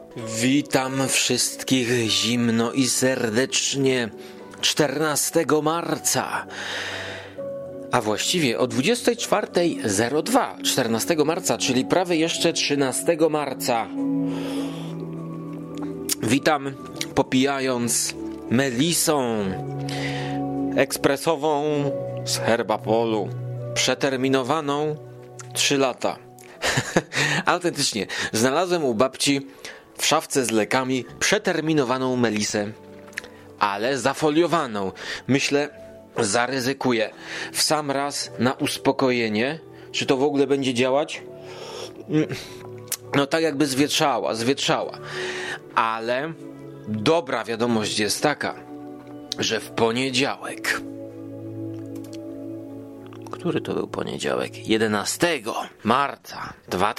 Witam wszystkich zimno i serdecznie 14 marca, a właściwie o 24:02 14 marca, czyli prawie jeszcze 13 marca. Witam popijając melisą ekspresową z Herbapolu, przeterminowaną 3 lata. Autentycznie, znalazłem u babci w szafce z lekami przeterminowaną melisę, ale zafoliowaną. Myślę, zaryzykuję w sam raz na uspokojenie. Czy to w ogóle będzie działać? No tak jakby zwietrzała. Ale dobra wiadomość jest taka, że w poniedziałek... Który to był poniedziałek? 11 marca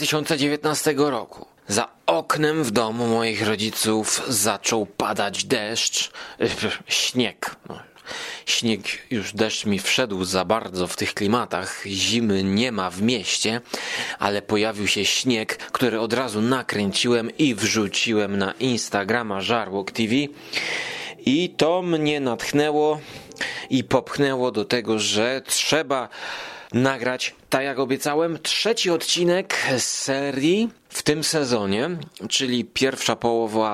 2019 roku. Za oknem w domu moich rodziców zaczął padać deszcz, śnieg. Śnieg, już deszcz mi wszedł za bardzo w tych klimatach. Zimy nie ma w mieście, ale pojawił się śnieg, który od razu nakręciłem i wrzuciłem na Instagrama Żarłok TV. I to mnie natchnęło i popchnęło do tego, że trzeba nagrać, tak jak obiecałem, 3. odcinek z serii w tym sezonie, czyli pierwsza połowa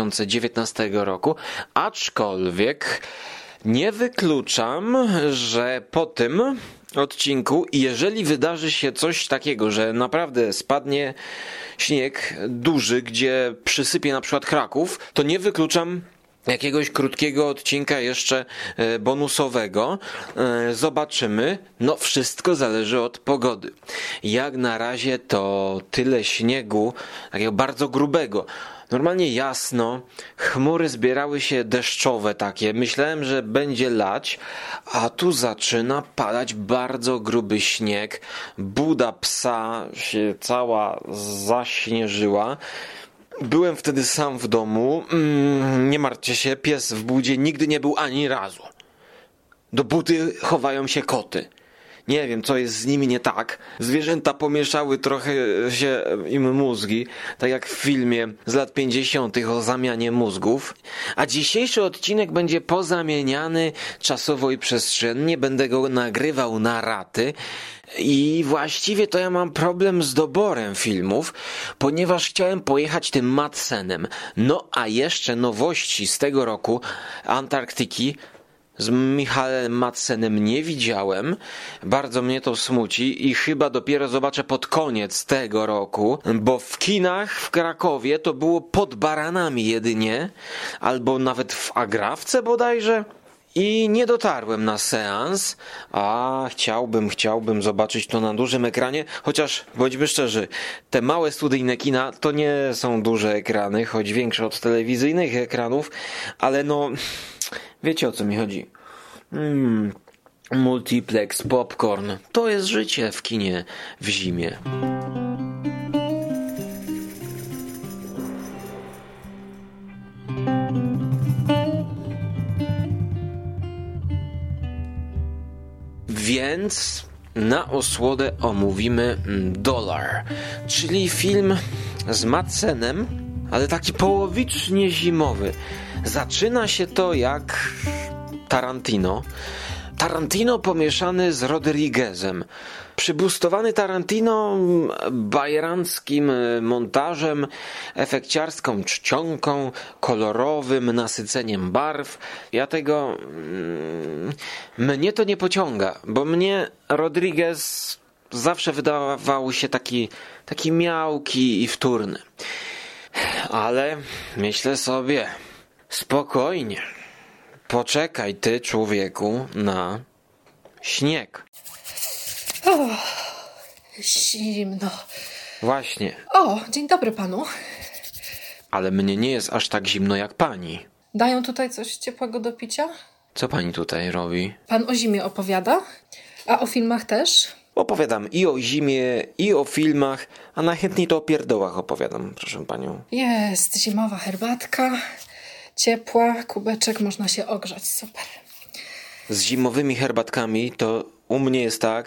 2019 roku, aczkolwiek nie wykluczam, że po tym odcinku, jeżeli wydarzy się coś takiego, że naprawdę spadnie śnieg duży, gdzie przysypie na przykład Kraków, to nie wykluczam jakiegoś krótkiego odcinka jeszcze bonusowego. Zobaczymy. No wszystko zależy od pogody. Jak na razie to tyle śniegu, takiego bardzo grubego. Normalnie jasno, chmury zbierały się deszczowe takie. Myślałem, że będzie lać, a tu zaczyna padać bardzo gruby śnieg. Buda psa się cała zaśnieżyła. Byłem wtedy sam w domu. Nie martwcie się, pies w budzie nigdy nie był ani razu. Do budy chowają się koty. Nie wiem, co jest z nimi nie tak. Zwierzęta pomieszały trochę się im mózgi, tak jak w filmie z lat 50. o zamianie mózgów. A dzisiejszy odcinek będzie pozamieniany czasowo i przestrzennie. Będę go nagrywał na raty. I właściwie to ja mam problem z doborem filmów, ponieważ chciałem pojechać tym Madsenem. No a jeszcze nowości z tego roku, Antarktyki, z Michaelem Madsenem nie widziałem. Bardzo mnie to smuci i chyba dopiero zobaczę pod koniec tego roku, bo w kinach w Krakowie to było Pod baranami jedynie, albo nawet w Agrawce bodajże. I nie dotarłem na seans, a chciałbym zobaczyć to na dużym ekranie, chociaż bądźmy szczerzy, te małe studyjne kina to nie są duże ekrany, choć większe od telewizyjnych ekranów, ale no, wiecie o co mi chodzi. Multiplex, popcorn, to jest życie w kinie w zimie. Więc na osłodę omówimy Dollar, czyli film z Madsenem, ale taki połowicznie zimowy. Zaczyna się to jak Tarantino pomieszany z Rodriguezem. Przybustowany Tarantino bajeranckim montażem, efekciarską czcionką, kolorowym nasyceniem barw. Mnie to nie pociąga, bo mnie Rodriguez zawsze wydawał się taki miałki i wtórny. Ale myślę sobie, spokojnie, poczekaj ty, człowieku, na śnieg. Zimno. Właśnie. O, dzień dobry panu. Ale mnie nie jest aż tak zimno jak pani. Dają tutaj coś ciepłego do picia? Co pani tutaj robi? Pan o zimie opowiada? A o filmach też? Opowiadam i o zimie, i o filmach, a najchętniej to o pierdołach opowiadam, proszę panią. Jest zimowa herbatka, ciepła, kubeczek, można się ogrzać, super. Z zimowymi herbatkami to u mnie jest tak,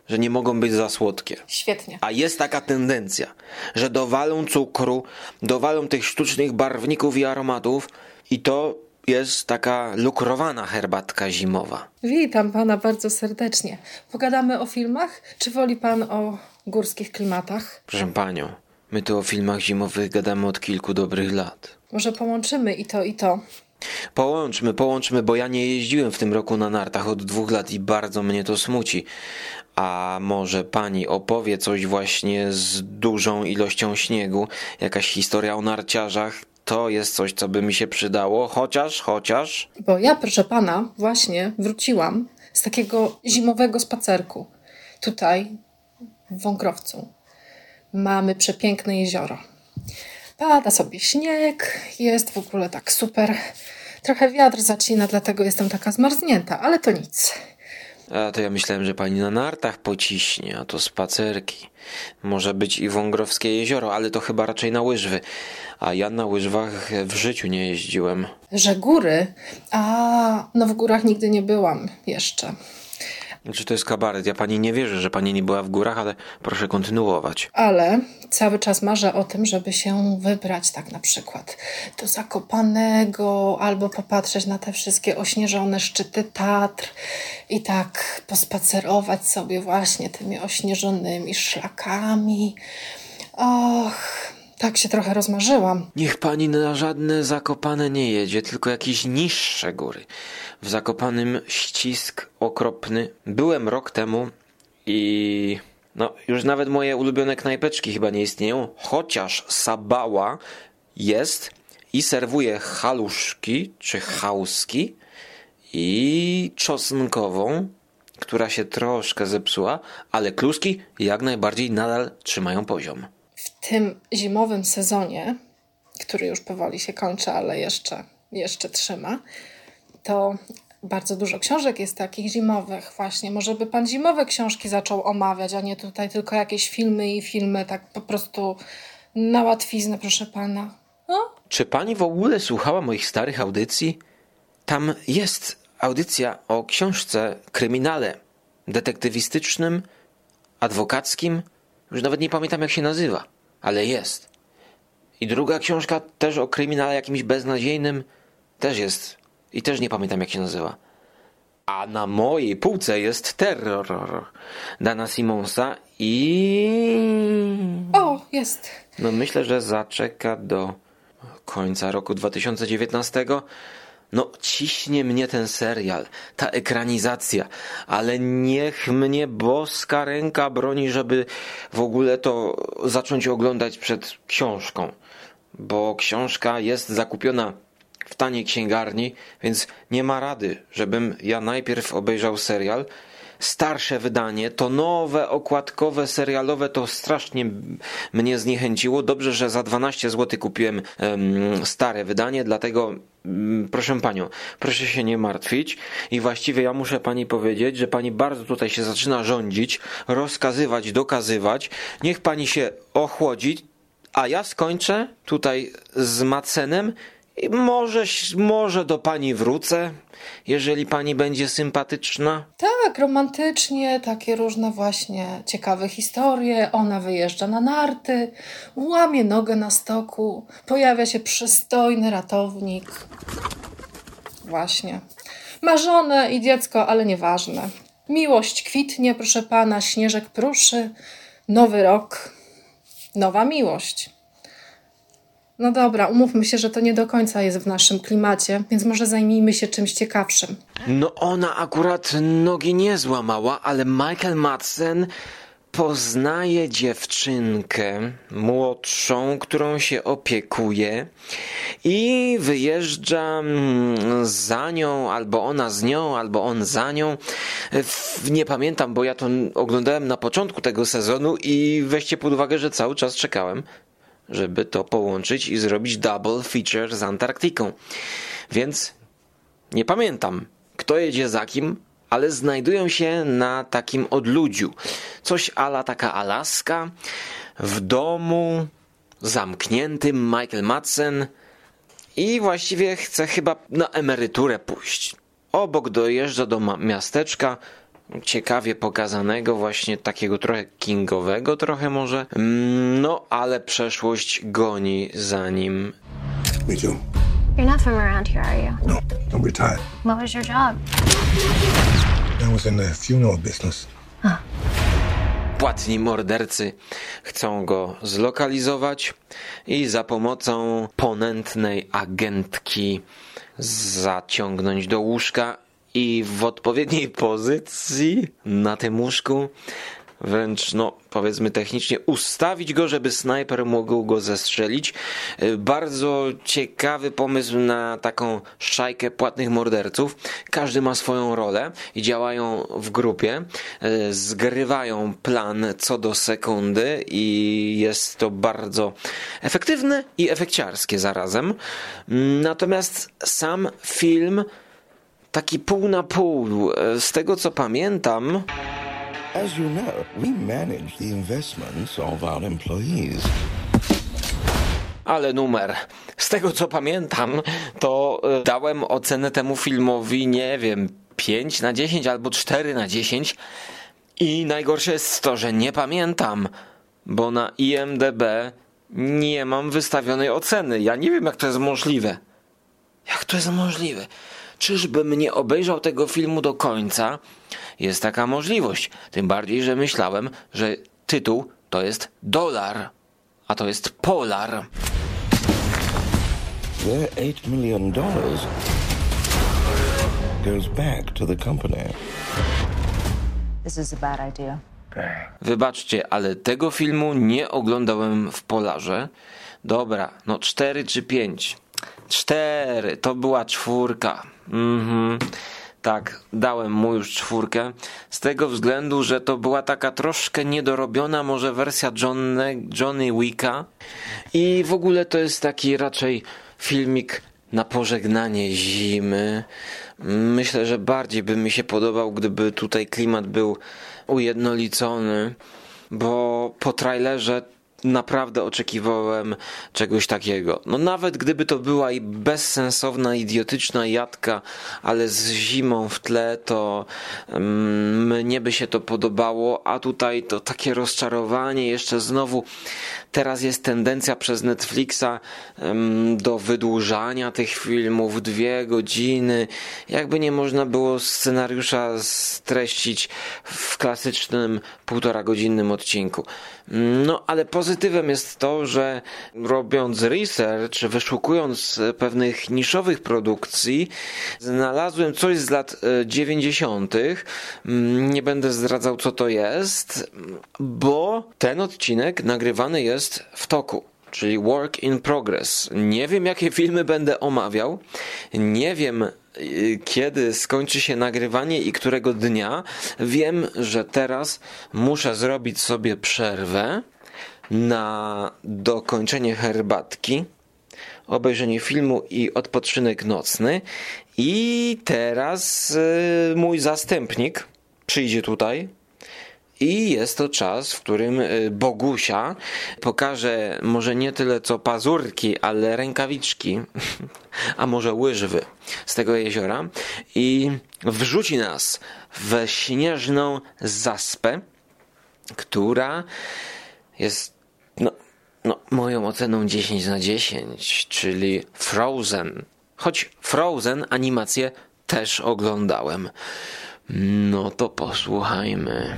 że nie mogą być za słodkie. Świetnie. A jest taka tendencja, że dowalą cukru, dowalą tych sztucznych barwników i aromatów i to jest taka lukrowana herbatka zimowa. Witam pana bardzo serdecznie. Pogadamy o filmach, czy woli pan o górskich klimatach? Proszę panią, my tu o filmach zimowych gadamy od kilku dobrych lat. Może połączymy i to, i to. Połączmy, bo ja nie jeździłem w tym roku na nartach od 2 lat i bardzo mnie to smuci. A może pani opowie coś właśnie z dużą ilością śniegu? Jakaś historia o narciarzach? To jest coś, co by mi się przydało, chociaż... Bo ja, proszę pana, właśnie wróciłam z takiego zimowego spacerku. Tutaj, w Wągrowcu, mamy przepiękne jezioro. Pada sobie śnieg, jest w ogóle tak super. Trochę wiatr zacina, dlatego jestem taka zmarznięta, ale to nic. A to ja myślałem, że pani na nartach pociśnie, a to spacerki. Może być i Wągrowskie jezioro, ale to chyba raczej na łyżwy. A ja na łyżwach w życiu nie jeździłem. Że góry? No w górach nigdy nie byłam jeszcze. Znaczy to jest kabaret. Ja pani nie wierzę, że pani nie była w górach, ale proszę kontynuować. Ale cały czas marzę o tym, żeby się wybrać tak na przykład do Zakopanego albo popatrzeć na te wszystkie ośnieżone szczyty Tatr i tak pospacerować sobie właśnie tymi ośnieżonymi szlakami. Och, tak się trochę rozmarzyłam. Niech pani na żadne Zakopane nie jedzie, tylko jakieś niższe góry. W Zakopanym ścisk okropny. Byłem rok temu i... już nawet moje ulubione knajpeczki chyba nie istnieją, chociaż Sabała jest i serwuje haluszki, czy chałuski i czosnkową, która się troszkę zepsuła, ale kluski jak najbardziej nadal trzymają poziom. W tym zimowym sezonie, który już powoli się kończy, ale jeszcze trzyma, to bardzo dużo książek jest takich zimowych właśnie. Może by pan zimowe książki zaczął omawiać, a nie tutaj tylko jakieś filmy, tak po prostu na łatwiznę, proszę pana. Czy pani w ogóle słuchała moich starych audycji? Tam jest audycja o książce, kryminale detektywistycznym, adwokackim. Już nawet nie pamiętam, jak się nazywa, ale jest. I druga książka też o kryminale jakimś beznadziejnym też jest. I też nie pamiętam, jak się nazywa. A na mojej półce jest Terror Dana Simonsa i... Jest. Myślę, że zaczeka do końca roku 2019. Ciśnie mnie ten serial, ta ekranizacja, ale niech mnie boska ręka broni, żeby w ogóle to zacząć oglądać przed książką. Bo książka jest zakupiona w taniej księgarni, więc nie ma rady, żebym ja najpierw obejrzał serial. Starsze wydanie, to nowe, okładkowe, serialowe, to strasznie mnie zniechęciło. Dobrze, że za 12 zł kupiłem stare wydanie, dlatego proszę panią, proszę się nie martwić i właściwie ja muszę pani powiedzieć, że pani bardzo tutaj się zaczyna rządzić, rozkazywać, dokazywać. Niech pani się ochłodzi, a ja skończę tutaj z Madsenem i może do pani wrócę, jeżeli pani będzie sympatyczna. Tak, romantycznie, takie różne właśnie ciekawe historie. Ona wyjeżdża na narty, łamie nogę na stoku, pojawia się przystojny ratownik. Właśnie. Ma żonę i dziecko, ale nieważne. Miłość kwitnie, proszę pana, śnieżek pruszy, nowy rok, nowa miłość. No dobra, umówmy się, że to nie do końca jest w naszym klimacie, więc może zajmijmy się czymś ciekawszym. Ona akurat nogi nie złamała, ale Michael Madsen poznaje dziewczynkę młodszą, którą się opiekuje i wyjeżdża za nią, albo ona z nią, albo on za nią. Nie pamiętam, bo ja to oglądałem na początku tego sezonu i weźcie pod uwagę, że cały czas czekałem, żeby to połączyć i zrobić double feature z Antarktyką. Więc nie pamiętam, kto jedzie za kim, ale znajdują się na takim odludziu. Coś ala taka Alaska, w domu zamkniętym Michael Madsen i właściwie chce chyba na emeryturę pójść. Obok dojeżdża do miasteczka, ciekawie pokazanego, właśnie takiego trochę kingowego, trochę może. No, ale przeszłość goni za nim. Me too. You're not from around here, are you? No, I'm retired. What was your job? I was in the funeral business. Płatni mordercy chcą go zlokalizować i za pomocą ponętnej agentki zaciągnąć do łóżka i w odpowiedniej pozycji na tym łóżku, wręcz powiedzmy technicznie, ustawić go, żeby snajper mógł go zestrzelić. Bardzo ciekawy pomysł na taką szajkę płatnych morderców. Każdy ma swoją rolę i działają w grupie, zgrywają plan co do sekundy i jest to bardzo efektywne i efekciarskie zarazem. Natomiast sam film taki pół na pół, z tego co pamiętam. As you know, we manage the investments of our employees. Ale numer. Z tego co pamiętam, to dałem ocenę temu filmowi, nie wiem, 5/10 albo 4/10. I najgorsze jest to, że nie pamiętam, bo na IMDb nie mam wystawionej oceny. Ja nie wiem, jak to jest możliwe. Jak to jest możliwe? Czyżbym nie obejrzał tego filmu do końca? Jest taka możliwość. Tym bardziej, że myślałem, że tytuł to jest dolar, a to jest polar. Their $8 million goes back to the company. This is a bad idea. Wybaczcie, ale tego filmu nie oglądałem w polarze. Dobra, 4 czy 5? 4, to była 4. Tak, dałem mu już 4. Z tego względu, że to była taka troszkę niedorobiona może wersja Johnny Wicka. I w ogóle to jest taki raczej filmik na pożegnanie zimy. Myślę, że bardziej by mi się podobał, gdyby tutaj klimat był ujednolicony, bo po trailerze naprawdę oczekiwałem czegoś takiego. Nawet gdyby to była i bezsensowna, idiotyczna jadka, ale z zimą w tle, to mnie by się to podobało, a tutaj to takie rozczarowanie. Jeszcze znowu teraz jest tendencja przez Netflixa do wydłużania tych filmów 2 godziny. Jakby nie można było scenariusza streścić w klasycznym 1,5-godzinnym odcinku. Ale pozytywem jest to, że robiąc research, wyszukując pewnych niszowych produkcji, znalazłem coś z lat 90. Nie będę zdradzał, co to jest, bo ten odcinek nagrywany jest w toku, czyli work in progress. Nie wiem, jakie filmy będę omawiał, nie wiem, kiedy skończy się nagrywanie i którego dnia. Wiem, że teraz muszę zrobić sobie przerwę na dokończenie herbatki, obejrzenie filmu i odpoczynek nocny. I teraz mój zastępnik przyjdzie tutaj. I jest to czas, w którym Bogusia pokaże może nie tyle co pazurki, ale rękawiczki, a może łyżwy z tego jeziora i wrzuci nas w śnieżną zaspę, która jest moją oceną 10/10, czyli Frozen. Choć Frozen animację też oglądałem. To posłuchajmy.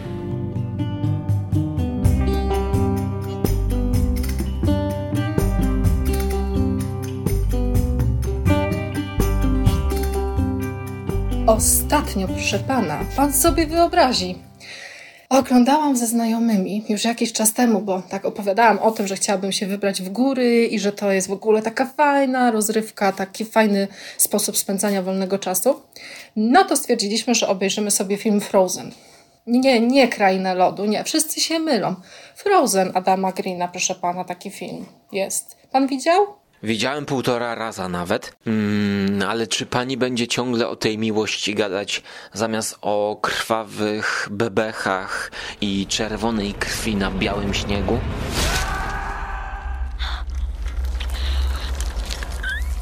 Ostatnio, proszę pana, pan sobie wyobrazi. Oglądałam ze znajomymi już jakiś czas temu, bo tak opowiadałam o tym, że chciałabym się wybrać w góry i że to jest w ogóle taka fajna rozrywka, taki fajny sposób spędzania wolnego czasu. To stwierdziliśmy, że obejrzymy sobie film Frozen. Nie Kraina Lodu, nie, wszyscy się mylą. Frozen Adama Greena, proszę pana, taki film jest. Pan widział? Widziałem 1,5 raza nawet, ale czy pani będzie ciągle o tej miłości gadać zamiast o krwawych bebechach i czerwonej krwi na białym śniegu?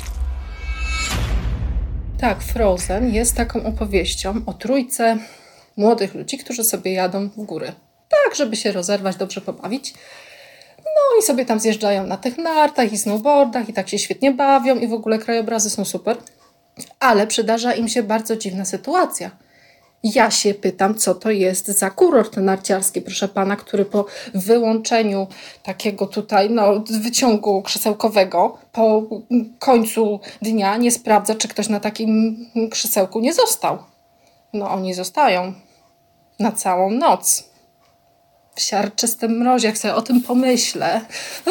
Tak, Frozen jest taką opowieścią o trójce młodych ludzi, którzy sobie jadą w góry. Tak, żeby się rozerwać, dobrze pobawić. No i sobie tam zjeżdżają na tych nartach i snowboardach i tak się świetnie bawią i w ogóle krajobrazy są super. Ale przydarza im się bardzo dziwna sytuacja. Ja się pytam, co to jest za kurort narciarski, proszę pana, który po wyłączeniu takiego tutaj, wyciągu krzesełkowego po końcu dnia nie sprawdza, czy ktoś na takim krzesełku nie został. No oni zostają na całą noc. W siarczystym mrozie, jak sobie o tym pomyślę.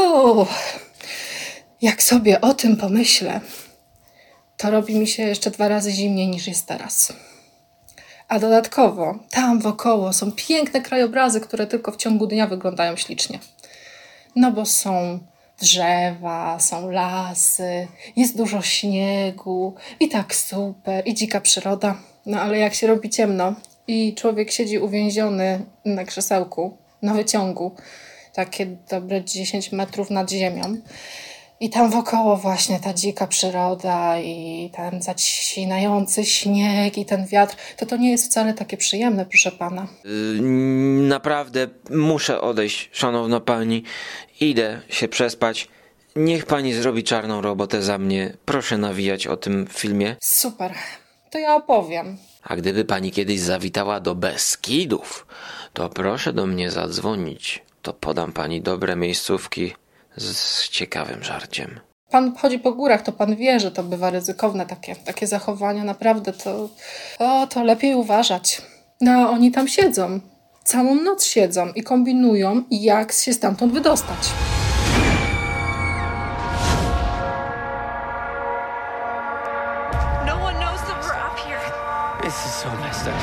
Jak sobie o tym pomyślę, to robi mi się jeszcze 2 razy zimniej niż jest teraz. A dodatkowo tam wokoło są piękne krajobrazy, które tylko w ciągu dnia wyglądają ślicznie. No bo są drzewa, są lasy, jest dużo śniegu i tak super, i dzika przyroda. No ale jak się robi ciemno i człowiek siedzi uwięziony na krzesełku, na wyciągu, takie dobre 10 metrów nad ziemią, i tam wokoło właśnie ta dzika przyroda i ten zacinający śnieg i ten wiatr, to nie jest wcale takie przyjemne, proszę pana. Naprawdę muszę odejść, szanowna pani. Idę się przespać. Niech pani zrobi czarną robotę za mnie. Proszę nawijać o tym filmie. Super, to ja opowiem. A gdyby pani kiedyś zawitała do Beskidów, to proszę do mnie zadzwonić. To podam pani dobre miejscówki z ciekawym żarciem. Pan chodzi po górach, to pan wie, że to bywa ryzykowne takie zachowania. Naprawdę to lepiej uważać. No, oni tam siedzą. Całą noc siedzą i kombinują, jak się stamtąd wydostać. No one knows that we're up here. This is so messed up.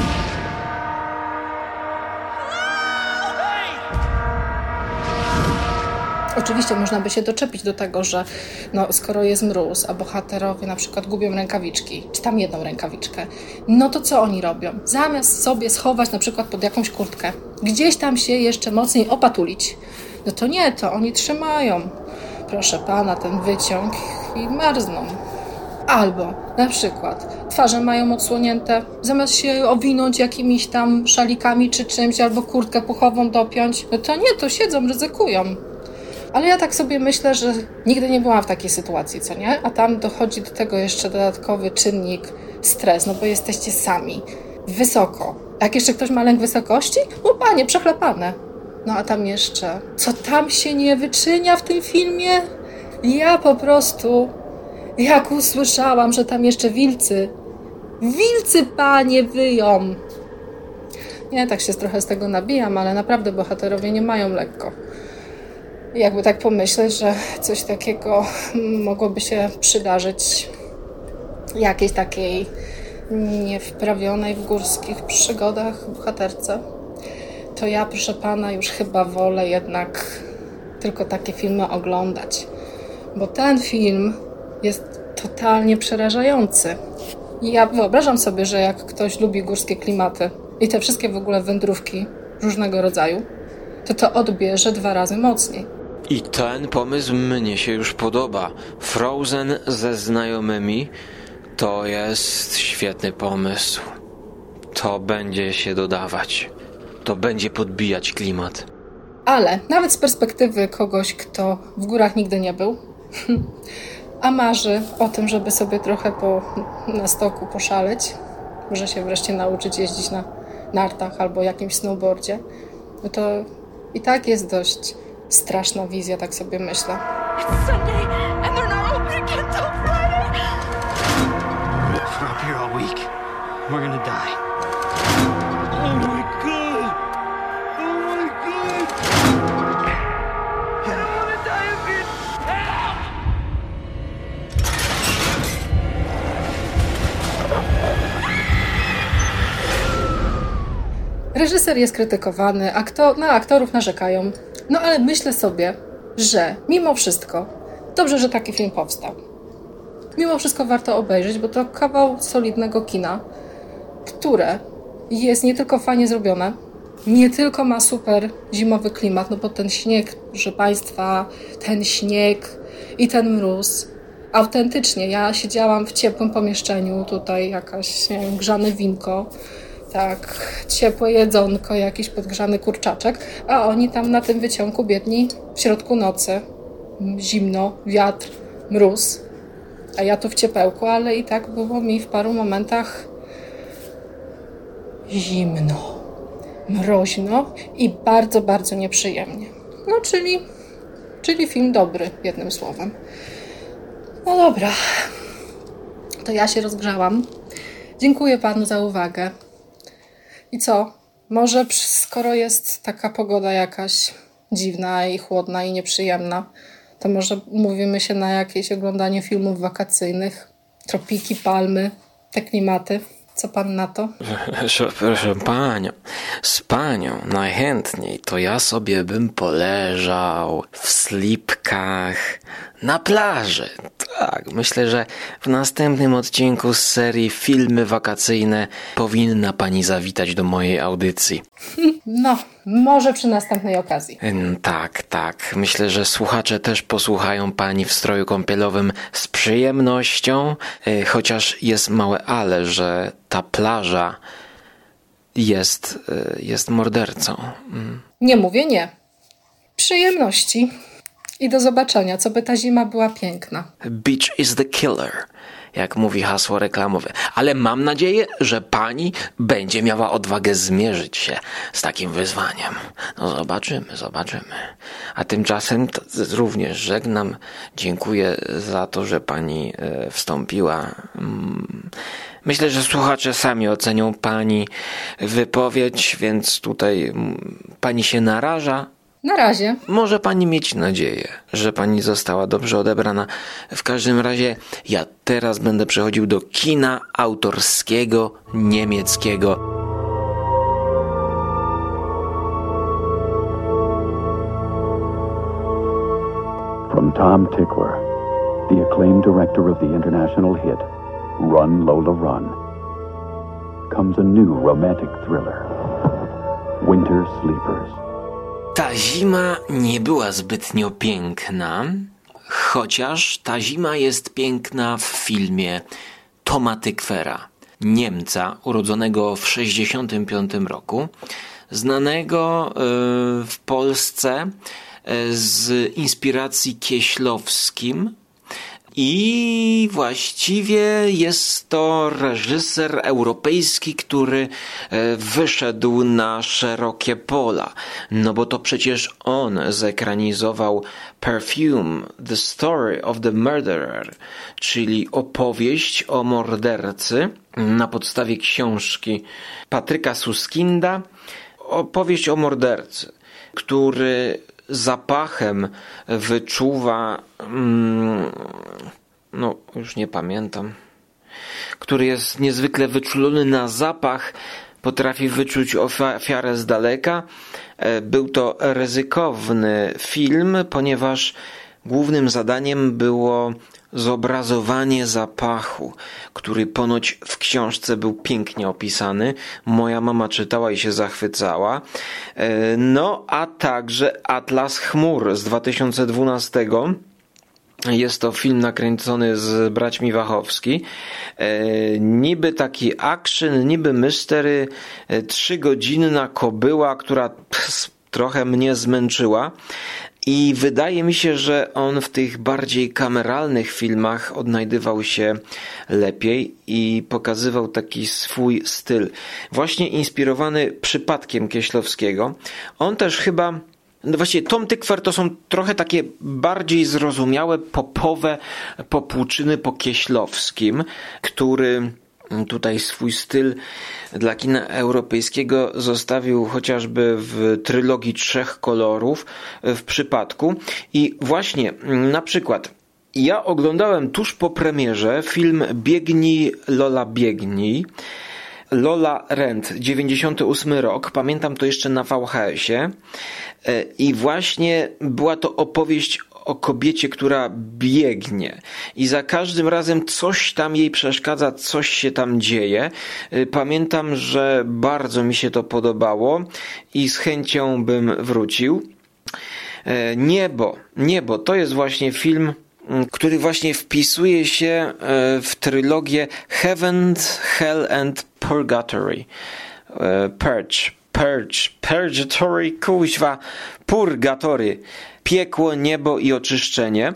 Oczywiście można by się doczepić do tego, że skoro jest mróz, a bohaterowie na przykład gubią rękawiczki, czy tam jedną rękawiczkę, no to co oni robią? Zamiast sobie schować na przykład pod jakąś kurtkę, gdzieś tam się jeszcze mocniej opatulić, no to nie, to oni trzymają, proszę pana, ten wyciąg i marzną. Albo na przykład twarze mają odsłonięte, zamiast się owinąć jakimiś tam szalikami czy czymś, albo kurtkę puchową dopiąć, no to nie, to siedzą, ryzykują. Ale ja tak sobie myślę, że nigdy nie byłam w takiej sytuacji, co nie? A tam dochodzi do tego jeszcze dodatkowy czynnik stres, bo jesteście sami, wysoko. A jak jeszcze ktoś ma lęk wysokości? No panie, przechlapane. No a tam jeszcze, co tam się nie wyczynia w tym filmie? Ja po prostu, jak usłyszałam, że tam jeszcze wilcy, panie, wyją. Nie, tak się trochę z tego nabijam, ale naprawdę bohaterowie nie mają lekko. Jakby tak pomyśleć, że coś takiego mogłoby się przydarzyć jakiejś takiej niewprawionej w górskich przygodach bohaterce, to ja, proszę pana, już chyba wolę jednak tylko takie filmy oglądać. Bo ten film jest totalnie przerażający. I ja wyobrażam sobie, że jak ktoś lubi górskie klimaty i te wszystkie w ogóle wędrówki różnego rodzaju, to odbierze 2 razy mocniej. I ten pomysł mnie się już podoba. Frozen ze znajomymi to jest świetny pomysł. To będzie się dodawać. To będzie podbijać klimat. Ale nawet z perspektywy kogoś, kto w górach nigdy nie był, a marzy o tym, żeby sobie trochę na stoku poszaleć, może się wreszcie nauczyć jeździć na nartach albo jakimś snowboardzie, no to i tak jest dość straszna wizja, tak sobie myślę. It's Sunday and they're not open again till Friday. If we're up here all week, we're gonna die. Oh my god! Oh my god! I don't wanna die of it. Help! Reżyser jest krytykowany, na aktorów narzekają. No ale myślę sobie, że mimo wszystko dobrze, że taki film powstał. Mimo wszystko warto obejrzeć, bo to kawał solidnego kina, które jest nie tylko fajnie zrobione, nie tylko ma super zimowy klimat, bo ten śnieg, proszę państwa, ten śnieg i ten mróz. Autentycznie, ja siedziałam w ciepłym pomieszczeniu, tutaj jakaś, nie wiem, grzane winko, Tak, ciepłe jedzonko, jakiś podgrzany kurczaczek, a oni tam na tym wyciągu biedni w środku nocy. Zimno, wiatr, mróz, a ja tu w ciepełku, ale i tak było mi w paru momentach zimno, mroźno i bardzo, bardzo nieprzyjemnie. No, czyli film dobry, jednym słowem. No dobra, to ja się rozgrzałam. Dziękuję panu za uwagę. I co? Może skoro jest taka pogoda jakaś dziwna i chłodna i nieprzyjemna, to może umówimy się na jakieś oglądanie filmów wakacyjnych, tropiki, palmy, te klimaty. Co pan na to? Proszę panią, z panią najchętniej to ja sobie bym poleżał w slipkach na plaży. Tak, myślę, że w następnym odcinku z serii Filmy Wakacyjne powinna pani zawitać do mojej audycji. No, może przy następnej okazji. Tak. Myślę, że słuchacze też posłuchają pani w stroju kąpielowym z przyjemnością, chociaż jest małe ale, że ta plaża jest mordercą. Nie mówię nie. Przyjemności. I do zobaczenia, co by ta zima była piękna. Beach is the killer, jak mówi hasło reklamowe. Ale mam nadzieję, że pani będzie miała odwagę zmierzyć się z takim wyzwaniem. No zobaczymy. A tymczasem również żegnam. Dziękuję za to, że pani wstąpiła. Myślę, że słuchacze sami ocenią pani wypowiedź, więc tutaj pani się naraża. Na razie. Może pani mieć nadzieję, że pani została dobrze odebrana. W każdym razie ja teraz będę przechodził do kina autorskiego, niemieckiego. From Tom Tykwer, the acclaimed director of the international hit Run, Lola, Run, comes a new romantic thriller, Winter Sleepers. Ta zima nie była zbytnio piękna, chociaż ta zima jest piękna w filmie Toma Tykwera, Niemca urodzonego w 1965 roku, znanego w Polsce z inspiracji kieślowskim. I właściwie jest to reżyser europejski, który wyszedł na szerokie pola. No bo to przecież on zekranizował Perfume, The Story of the Murderer, czyli opowieść o mordercy na podstawie książki Patryka Suskinda. Opowieść o mordercy, który zapachem wyczuwa, no już nie pamiętam, który jest niezwykle wyczulony na zapach, potrafi wyczuć ofiarę z daleka. Był to ryzykowny film, ponieważ głównym zadaniem było zobrazowanie zapachu, który ponoć w książce był pięknie opisany. Moja mama czytała i się zachwycała. No, a także Atlas chmur z 2012. Jest to film nakręcony z braćmi Wachowski. Niby taki action, niby mystery, 3-godzinna kobyła, która trochę mnie zmęczyła. I wydaje mi się, że on w tych bardziej kameralnych filmach odnajdywał się lepiej i pokazywał taki swój styl. Właśnie inspirowany przypadkiem Kieślowskiego. On też chyba... No właściwie Tom Tykwer to są trochę takie bardziej zrozumiałe, popowe popłuczyny po Kieślowskim, który tutaj swój styl dla kina europejskiego zostawił chociażby w trylogii 3 kolorów w przypadku. I właśnie na przykład ja oglądałem tuż po premierze film Biegnij Lola Biegnij, Lola Rent, 98 rok, pamiętam to jeszcze na VHS-ie i właśnie była to opowieść o kobiecie, która biegnie i za każdym razem coś tam jej przeszkadza, coś się tam dzieje. Pamiętam, że bardzo mi się to podobało i z chęcią bym wrócił. Niebo to jest właśnie film, który właśnie wpisuje się w trylogię Heaven, Hell and Purgatory. Purgatory, kuźwa, Purgatory, piekło, niebo i oczyszczenie,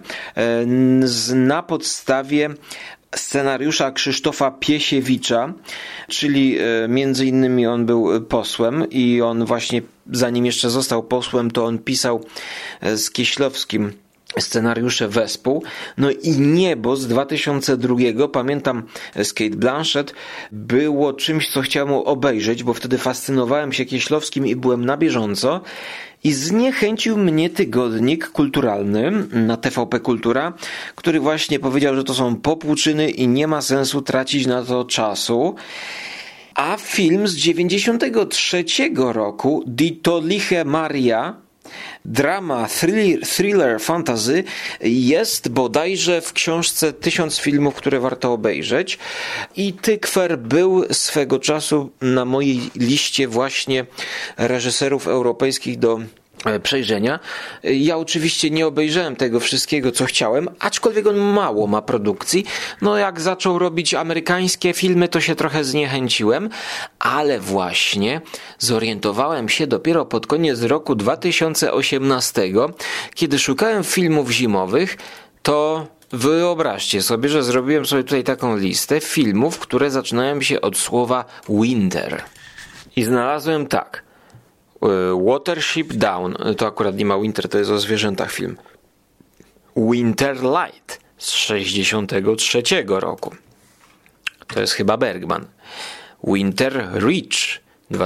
na podstawie scenariusza Krzysztofa Piesiewicza, czyli między innymi on był posłem i on właśnie, zanim jeszcze został posłem, to on pisał z Kieślowskim scenariusze wespół. No i Niebo z 2002, pamiętam, z Cate Blanchett, było czymś, co chciałem obejrzeć, bo wtedy fascynowałem się Kieślowskim i byłem na bieżąco. I zniechęcił mnie tygodnik kulturalny na TVP Kultura, który właśnie powiedział, że to są popłuczyny i nie ma sensu tracić na to czasu. A film z 93 roku, Dito Liche Maria, drama, thriller, fantasy, jest bodajże w książce 1000 filmów, które warto obejrzeć. I Tykwer był swego czasu na mojej liście właśnie reżyserów europejskich do przejrzenia. Ja oczywiście nie obejrzałem tego wszystkiego, co chciałem, aczkolwiek on mało ma produkcji. No jak zaczął robić amerykańskie filmy, to się trochę zniechęciłem, ale właśnie zorientowałem się dopiero pod koniec roku 2018, kiedy szukałem filmów zimowych, to wyobraźcie sobie, że zrobiłem sobie tutaj taką listę filmów, które zaczynają się od słowa winter. I znalazłem tak. Watership Down, to akurat nie ma winter, to jest o zwierzętach film. Winter Light z 63 roku. To jest chyba Bergman. Winter Reach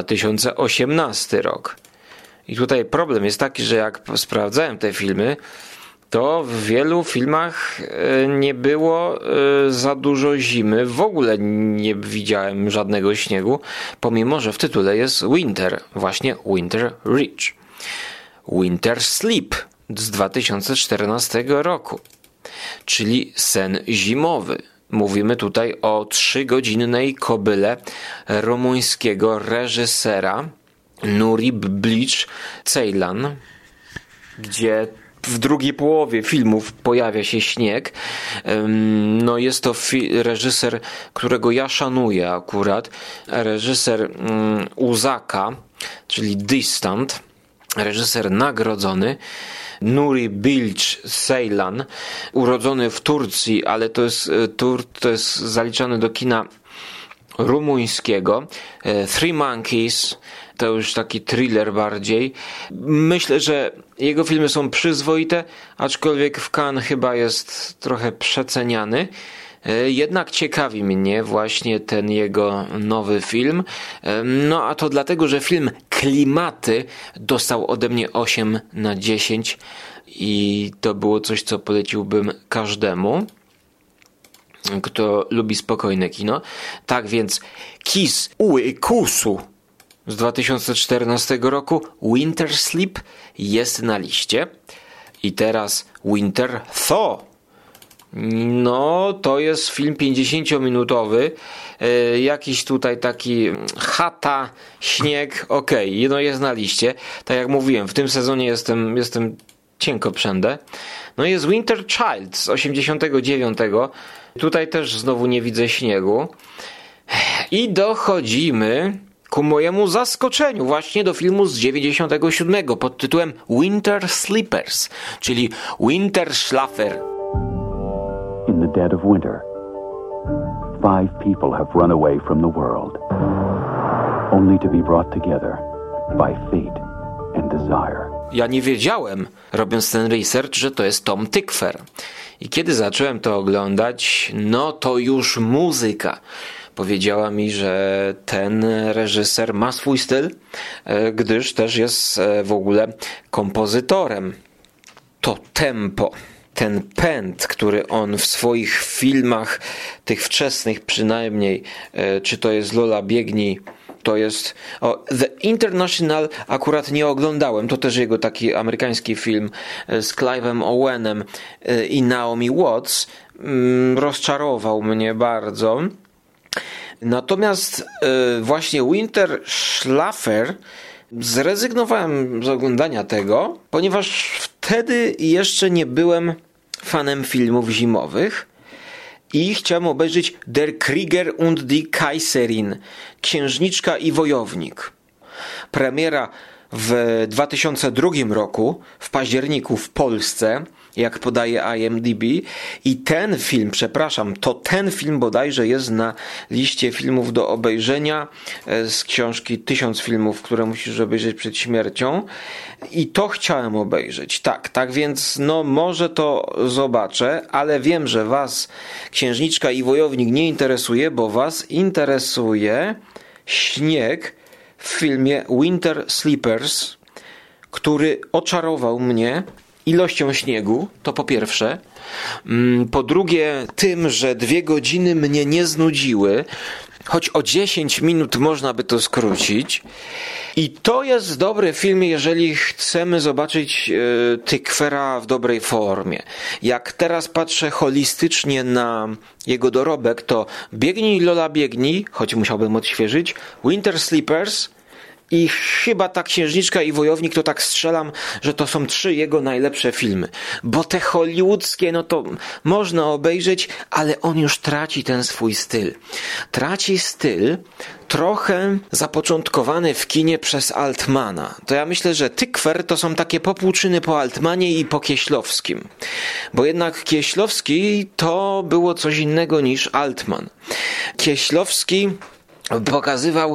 2018 rok. I tutaj problem jest taki, że jak sprawdzałem te filmy, to w wielu filmach nie było za dużo zimy. W ogóle nie widziałem żadnego śniegu, pomimo że w tytule jest Winter, właśnie Winter Reach. Winter Sleep z 2014 roku, czyli sen zimowy. Mówimy tutaj o 3-godzinnej kobyle rumuńskiego reżysera Nuri Bilge Ceylan, gdzie w drugiej połowie filmów pojawia się śnieg. No jest to reżyser, którego ja szanuję akurat. Reżyser Uzaka, czyli Distant. Reżyser nagrodzony. Nuri Bilge Ceylan, urodzony w Turcji, ale to jest zaliczany do kina rumuńskiego. Three Monkeys, to już taki thriller bardziej. Myślę, że jego filmy są przyzwoite, aczkolwiek w Cannes chyba jest trochę przeceniany. Jednak ciekawi mnie właśnie ten jego nowy film. No a to dlatego, że film Klimaty dostał ode mnie 8/10 i to było coś, co poleciłbym każdemu, kto lubi spokojne kino. Tak więc Kiss Uekusu z 2014 roku, Winter Sleep jest na liście. I teraz Winter Thaw. No, to jest film 50-minutowy. Jakiś tutaj taki chata, śnieg, okej, no jest na liście. Tak jak mówiłem, w tym sezonie jestem cienko przędę. No jest Winter Child z 89. Tutaj też znowu nie widzę śniegu. I dochodzimy ku mojemu zaskoczeniu właśnie do filmu z 97 pod tytułem Winter Sleepers, czyli Winter Schlafer. In the dead of winter, 5 people have run away from the world, only to be brought together by fate and desire. Ja nie wiedziałem, robiąc ten research, że to jest Tom Tykwer. I kiedy zacząłem to oglądać, no to już muzyka powiedziała mi, że ten reżyser ma swój styl, gdyż też jest w ogóle kompozytorem. To tempo, ten pęd, który on w swoich filmach, tych wczesnych przynajmniej, czy to jest Lola Biegnij, to jest The International, akurat nie oglądałem, to też jego taki amerykański film z Clive'em Owenem i Naomi Watts, rozczarował mnie bardzo. Natomiast właśnie Winter Schlafer zrezygnowałem z oglądania tego, ponieważ wtedy jeszcze nie byłem fanem filmów zimowych i chciałem obejrzeć Der Krieger und die Kaiserin, Księżniczka i wojownik. Premiera w 2002 roku, w październiku w Polsce, jak podaje IMDb, i ten film bodajże jest na liście filmów do obejrzenia z książki 1000 filmów, które musisz obejrzeć przed śmiercią, i to chciałem obejrzeć. Tak więc może to zobaczę, ale wiem, że was Księżniczka i wojownik nie interesuje, bo was interesuje śnieg w filmie Winter Sleepers, który oczarował mnie ilością śniegu, to po pierwsze. Po drugie tym, że 2 godziny mnie nie znudziły, choć o 10 minut można by to skrócić. I to jest dobry film, jeżeli chcemy zobaczyć Tykwera w dobrej formie. Jak teraz patrzę holistycznie na jego dorobek, to Biegnij Lola Biegnij, choć musiałbym odświeżyć, Winter Sleepers i chyba ta Księżniczka i wojownik, to tak strzelam, że to są 3 jego najlepsze filmy. Bo te hollywoodzkie, to można obejrzeć, ale on już traci ten swój styl. Traci styl trochę zapoczątkowany w kinie przez Altmana. To ja myślę, że Tykwer to są takie popłuczyny po Altmanie i po Kieślowskim. Bo jednak Kieślowski to było coś innego niż Altman. Kieślowski pokazywał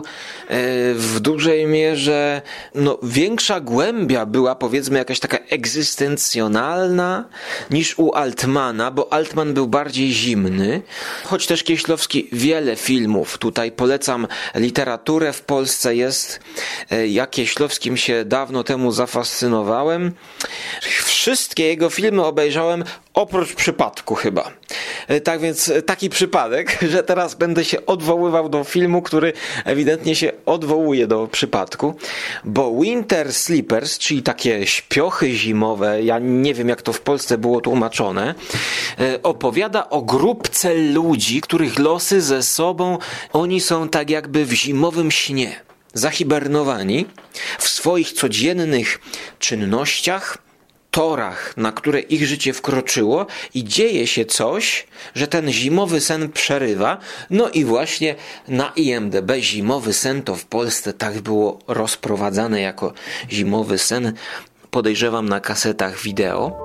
w dużej mierze, większa głębia była, powiedzmy, jakaś taka egzystencjonalna niż u Altmana, bo Altman był bardziej zimny, choć też Kieślowski wiele filmów. Tutaj polecam literaturę, w Polsce jest. Ja Kieślowskim się dawno temu zafascynowałem. Wszystkie jego filmy obejrzałem, oprócz Przypadku chyba. Tak więc taki przypadek, że teraz będę się odwoływał do filmu, który ewidentnie się odwołuje do Przypadku, bo Winter Sleepers, czyli takie śpiochy zimowe, ja nie wiem jak to w Polsce było tłumaczone, opowiada o grupce ludzi, których losy ze sobą, oni są tak jakby w zimowym śnie, zahibernowani w swoich codziennych czynnościach, torach, na które ich życie wkroczyło, i dzieje się coś, że ten zimowy sen przerywa. I właśnie na IMDb zimowy sen to w Polsce tak było rozprowadzane jako zimowy sen, podejrzewam, na kasetach wideo.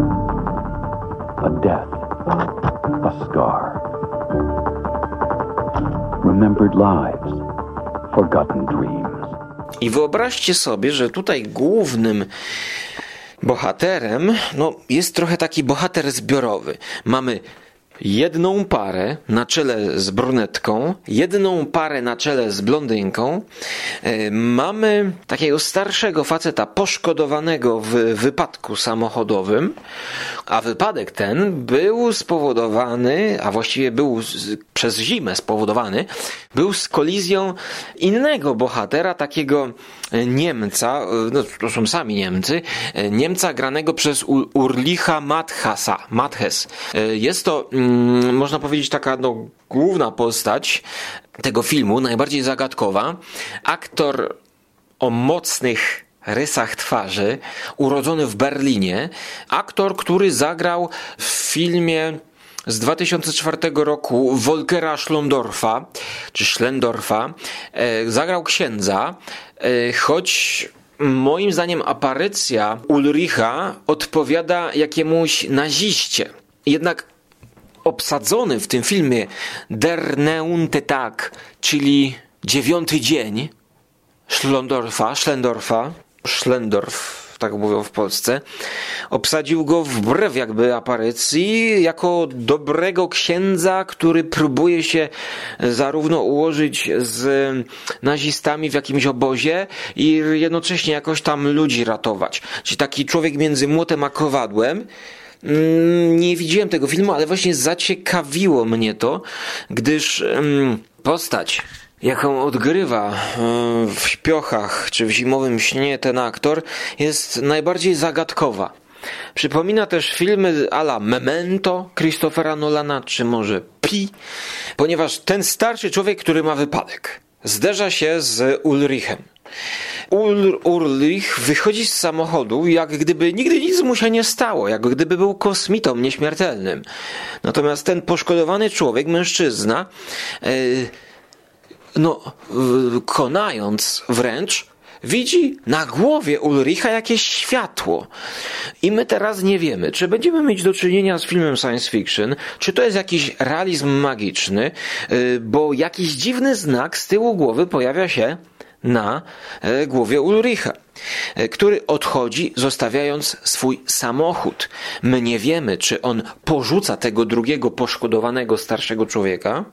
A death, a scar. Remembered lives, forgotten dreams. I wyobraźcie sobie, że tutaj głównym bohaterem, jest trochę taki bohater zbiorowy. Mamy jedną parę na czele z brunetką, jedną parę na czele z blondynką. Mamy takiego starszego faceta poszkodowanego w wypadku samochodowym, a wypadek ten był spowodowany, a właściwie był przez zimę spowodowany, był z kolizją innego bohatera, takiego Niemca, to są sami Niemcy, Niemca granego przez Ulricha Mathes. Jest to, można powiedzieć, taka główna postać tego filmu, najbardziej zagadkowa. Aktor o mocnych rysach twarzy, urodzony w Berlinie. Aktor, który zagrał w filmie z 2004 roku Volkera Schlendorfa, zagrał księdza, choć moim zdaniem aparycja Ulricha odpowiada jakiemuś naziście. Jednak obsadzony w tym filmie Der 9. Tag, czyli 9. dzień Schlendorf, tak mówią w Polsce, obsadził go wbrew jakby aparycji jako dobrego księdza, który próbuje się zarówno ułożyć z nazistami w jakimś obozie i jednocześnie jakoś tam ludzi ratować. Czyli taki człowiek między młotem a kowadłem. Nie widziałem tego filmu, ale właśnie zaciekawiło mnie to, gdyż postać, jaką odgrywa w śpiochach czy w zimowym śnie ten aktor, jest najbardziej zagadkowa. Przypomina też filmy a la Memento Christophera Nolana, czy może Pi, ponieważ ten starszy człowiek, który ma wypadek, zderza się z Ulrichem. Ulrich wychodzi z samochodu, jak gdyby nigdy nic mu się nie stało, jak gdyby był kosmitą nieśmiertelnym. Natomiast ten poszkodowany człowiek, mężczyzna, konając wręcz, widzi na głowie Ulricha jakieś światło. I my teraz nie wiemy, czy będziemy mieć do czynienia z filmem science fiction, czy to jest jakiś realizm magiczny, bo jakiś dziwny znak z tyłu głowy pojawia się na głowie Ulricha, który odchodzi, zostawiając swój samochód. My nie wiemy, czy on porzuca tego drugiego poszkodowanego starszego człowieka,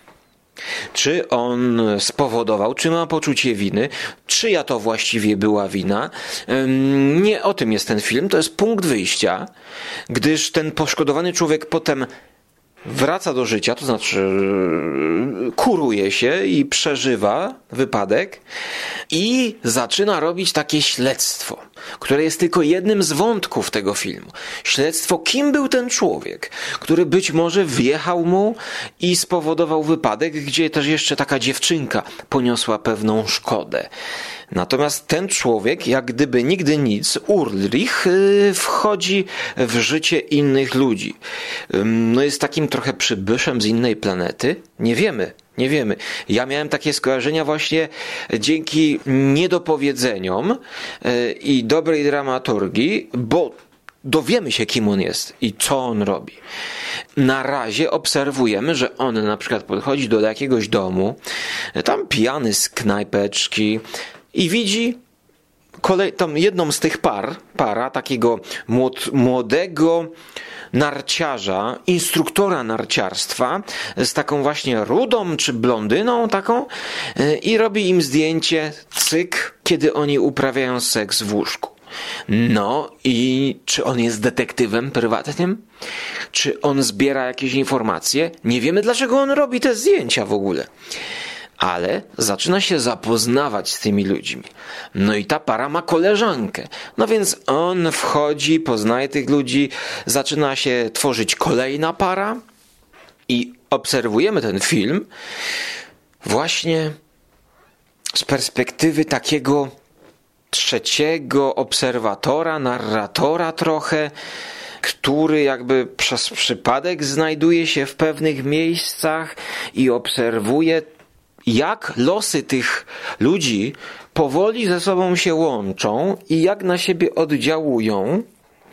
czy on spowodował, czy ma poczucie winy, czyja to właściwie była wina. Nie o tym jest ten film, to jest punkt wyjścia, gdyż ten poszkodowany człowiek potem wraca do życia, to znaczy kuruje się i przeżywa wypadek i zaczyna robić takie śledztwo, które jest tylko jednym z wątków tego filmu. Śledztwo, kim był ten człowiek, który być może wjechał mu i spowodował wypadek, gdzie też jeszcze taka dziewczynka poniosła pewną szkodę. Natomiast ten człowiek, jak gdyby nigdy nic, Ulrich, wchodzi w życie innych ludzi. Jest takim trochę przybyszem z innej planety. Nie wiemy. Ja miałem takie skojarzenia właśnie dzięki niedopowiedzeniom i dobrej dramaturgii, bo dowiemy się, kim on jest i co on robi. Na razie obserwujemy, że on na przykład podchodzi do jakiegoś domu, tam pijany z knajpeczki, i widzi tam jedną z tych para takiego młodego narciarza, instruktora narciarstwa z taką właśnie rudą czy blondyną taką i robi im zdjęcie, cyk, kiedy oni uprawiają seks w łóżku. No i czy on jest detektywem prywatnym? Czy on zbiera jakieś informacje? Nie wiemy, dlaczego on robi te zdjęcia w ogóle. Ale zaczyna się zapoznawać z tymi ludźmi. No i ta para ma koleżankę. No więc on wchodzi, poznaje tych ludzi, zaczyna się tworzyć kolejna para i obserwujemy ten film właśnie z perspektywy takiego trzeciego obserwatora, narratora trochę, który jakby przez przypadek znajduje się w pewnych miejscach i obserwuje, jak losy tych ludzi powoli ze sobą się łączą i jak na siebie oddziałują.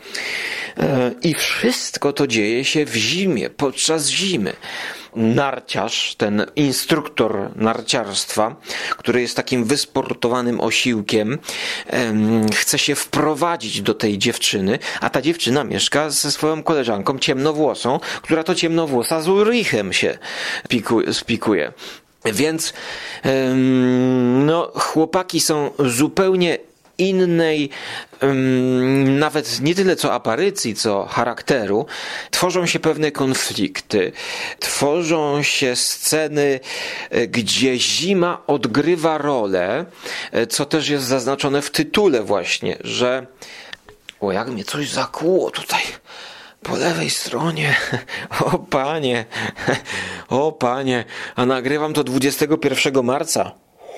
I wszystko to dzieje się w zimie, podczas zimy. Narciarz, ten instruktor narciarstwa, który jest takim wysportowanym osiłkiem, chce się wprowadzić do tej dziewczyny, a ta dziewczyna mieszka ze swoją koleżanką ciemnowłosą, która to ciemnowłosa z Ulrichem się spikuje. Więc chłopaki są zupełnie innej, nawet nie tyle co aparycji, co charakteru. Tworzą się pewne konflikty, tworzą się sceny, gdzie zima odgrywa rolę, co też jest zaznaczone w tytule właśnie, że jak mnie coś zakłuło tutaj po lewej stronie. O panie, a nagrywam to 21 marca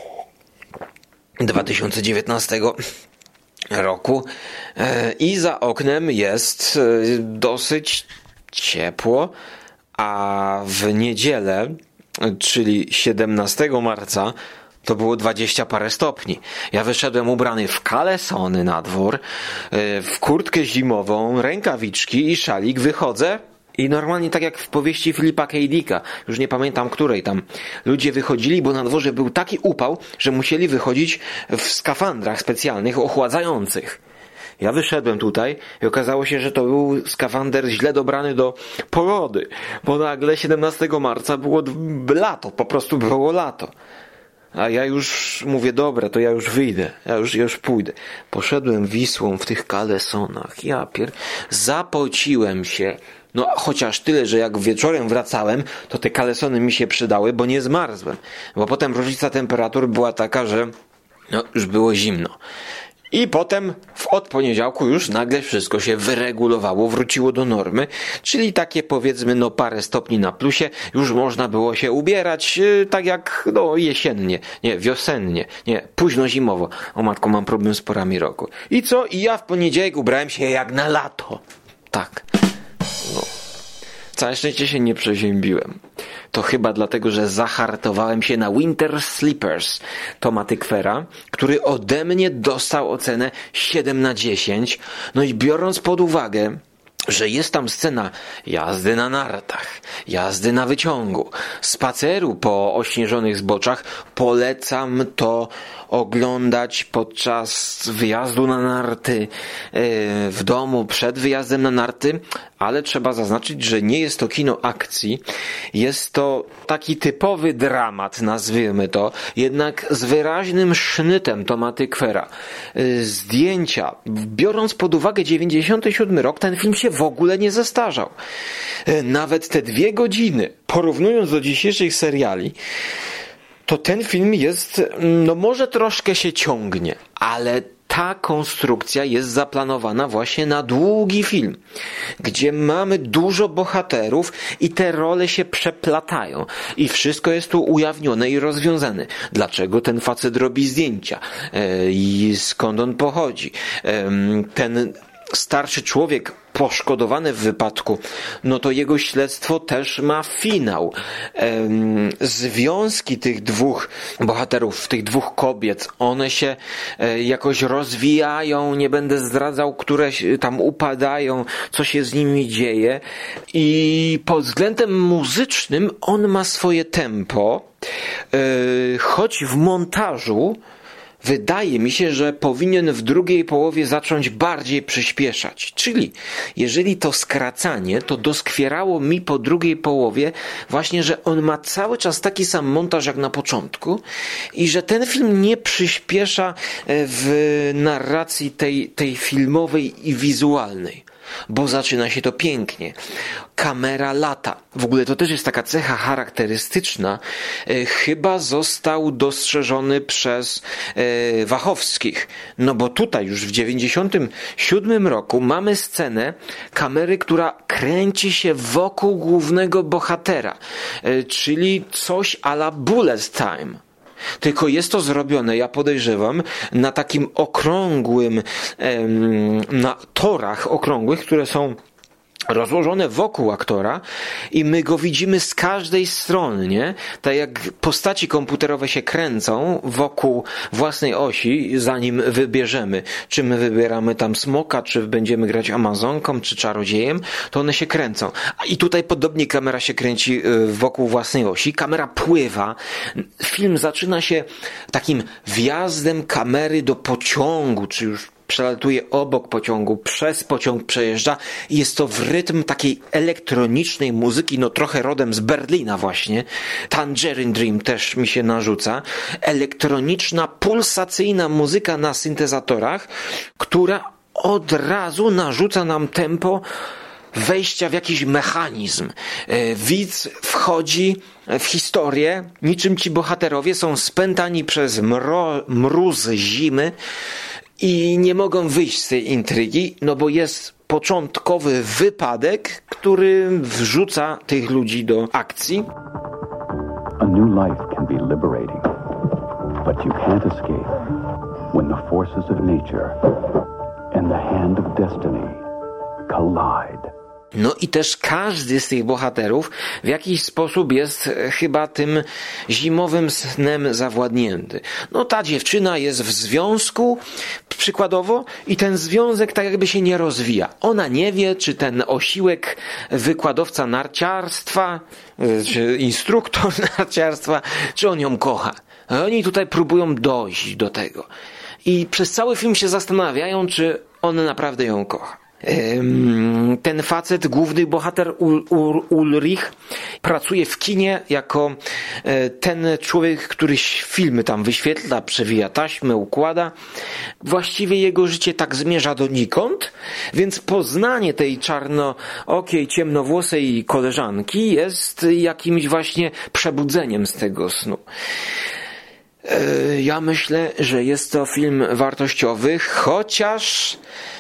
2019 roku i za oknem jest dosyć ciepło, a w niedzielę, czyli 17 marca, to było 20 parę stopni. Ja wyszedłem ubrany w kalesony na dwór, w kurtkę zimową, rękawiczki i szalik. Wychodzę i normalnie tak jak w powieści Philipa K. Dicka, już nie pamiętam której tam, ludzie wychodzili, bo na dworze był taki upał, że musieli wychodzić w skafandrach specjalnych, ochładzających. Ja wyszedłem tutaj i okazało się, że to był skafander źle dobrany do pogody, bo nagle 17 marca było lato, po prostu było lato. A ja już mówię, dobra, to ja już wyjdę, ja już pójdę. Poszedłem Wisłą w tych kalesonach, zapociłem się. No chociaż tyle, że jak wieczorem wracałem, to te kalesony mi się przydały, bo nie zmarzłem. Bo potem różnica temperatur była taka, że już było zimno. I potem od poniedziałku już nagle wszystko się wyregulowało, wróciło do normy, czyli takie powiedzmy parę stopni na plusie, już można było się ubierać tak jak jesiennie, nie, wiosennie, nie, późno zimowo. O matko, mam problem z porami roku. I co? I ja w poniedziałek ubrałem się jak na lato. Tak. Całe szczęście się nie przeziębiłem. To chyba dlatego, że zahartowałem się na Winter Slippers Toma Tykwer'a, który ode mnie dostał ocenę 7/10. No i biorąc pod uwagę, że jest tam scena jazdy na nartach, jazdy na wyciągu, spaceru po ośnieżonych zboczach, polecam to oglądać podczas wyjazdu na narty, w domu, przed wyjazdem na narty, ale trzeba zaznaczyć, że nie jest to kino akcji, jest to taki typowy dramat, nazwijmy to, jednak z wyraźnym sznytem Toma Tykwer'a. Zdjęcia, biorąc pod uwagę 97 rok, ten film się w ogóle nie zestarzał. Nawet te 2 godziny, porównując do dzisiejszych seriali, to ten film jest, może troszkę się ciągnie, ale ta konstrukcja jest zaplanowana właśnie na długi film, gdzie mamy dużo bohaterów i te role się przeplatają i wszystko jest tu ujawnione i rozwiązane. Dlaczego ten facet robi zdjęcia i skąd on pochodzi. Ten starszy człowiek poszkodowany w wypadku, to jego śledztwo też ma finał. Związki tych 2 bohaterów, tych 2 kobiet, one się jakoś rozwijają, nie będę zdradzał, które tam upadają, co się z nimi dzieje i pod względem muzycznym on ma swoje tempo, choć w montażu wydaje mi się, że powinien w drugiej połowie zacząć bardziej przyspieszać. Czyli jeżeli to skracanie, to doskwierało mi po drugiej połowie właśnie, że on ma cały czas taki sam montaż jak na początku i że ten film nie przyspiesza w narracji tej filmowej i wizualnej. Bo zaczyna się to pięknie. Kamera lata. W ogóle to też jest taka cecha charakterystyczna. Chyba został dostrzeżony przez Wachowskich. Bo tutaj już w 97 roku mamy scenę kamery, która kręci się wokół głównego bohatera. Czyli coś a la bullet time. Tylko jest to zrobione, ja podejrzewam, na takim okrągłym, na torach okrągłych, które są rozłożone wokół aktora i my go widzimy z każdej strony, nie? Tak jak postaci komputerowe się kręcą wokół własnej osi, zanim wybierzemy, czy my wybieramy tam smoka, czy będziemy grać Amazonką, czy czarodziejem, to one się kręcą. I tutaj podobnie kamera się kręci wokół własnej osi, kamera pływa, film zaczyna się takim wjazdem kamery do pociągu, czy już przelatuje obok pociągu, przez pociąg przejeżdża i jest to w rytm takiej elektronicznej muzyki, trochę rodem z Berlina właśnie. Tangerine Dream też mi się narzuca. Elektroniczna, pulsacyjna muzyka na syntezatorach, która od razu narzuca nam tempo wejścia w jakiś mechanizm. Widz wchodzi w historię, niczym ci bohaterowie są spętani przez mróz zimy i nie mogą wyjść z tej intrygi, bo jest początkowy wypadek, który wrzuca tych ludzi do akcji. A new life can be liberating, but you can't escape when the forces of nature and the hand of destiny collide. I też każdy z tych bohaterów w jakiś sposób jest chyba tym zimowym snem zawładnięty. Ta dziewczyna jest w związku, przykładowo, i ten związek tak jakby się nie rozwija. Ona nie wie, czy ten osiłek wykładowca narciarstwa, czy instruktor narciarstwa, czy on ją kocha. Oni tutaj próbują dojść do tego. I przez cały film się zastanawiają, czy on naprawdę ją kocha. Ten facet, główny bohater Ulrich, pracuje w kinie jako ten człowiek, który filmy tam wyświetla, przewija taśmę, układa. Właściwie jego życie tak zmierza donikąd, więc poznanie tej czarnookiej, ciemnowłosej koleżanki jest jakimś właśnie przebudzeniem z tego snu. Ja myślę, że jest to film wartościowy, chociaż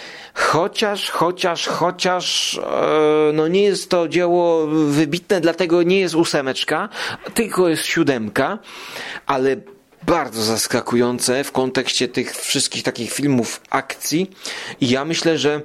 no nie jest to dzieło wybitne, dlatego nie jest 8, tylko jest 7, ale bardzo zaskakujące w kontekście tych wszystkich takich filmów akcji i ja myślę, że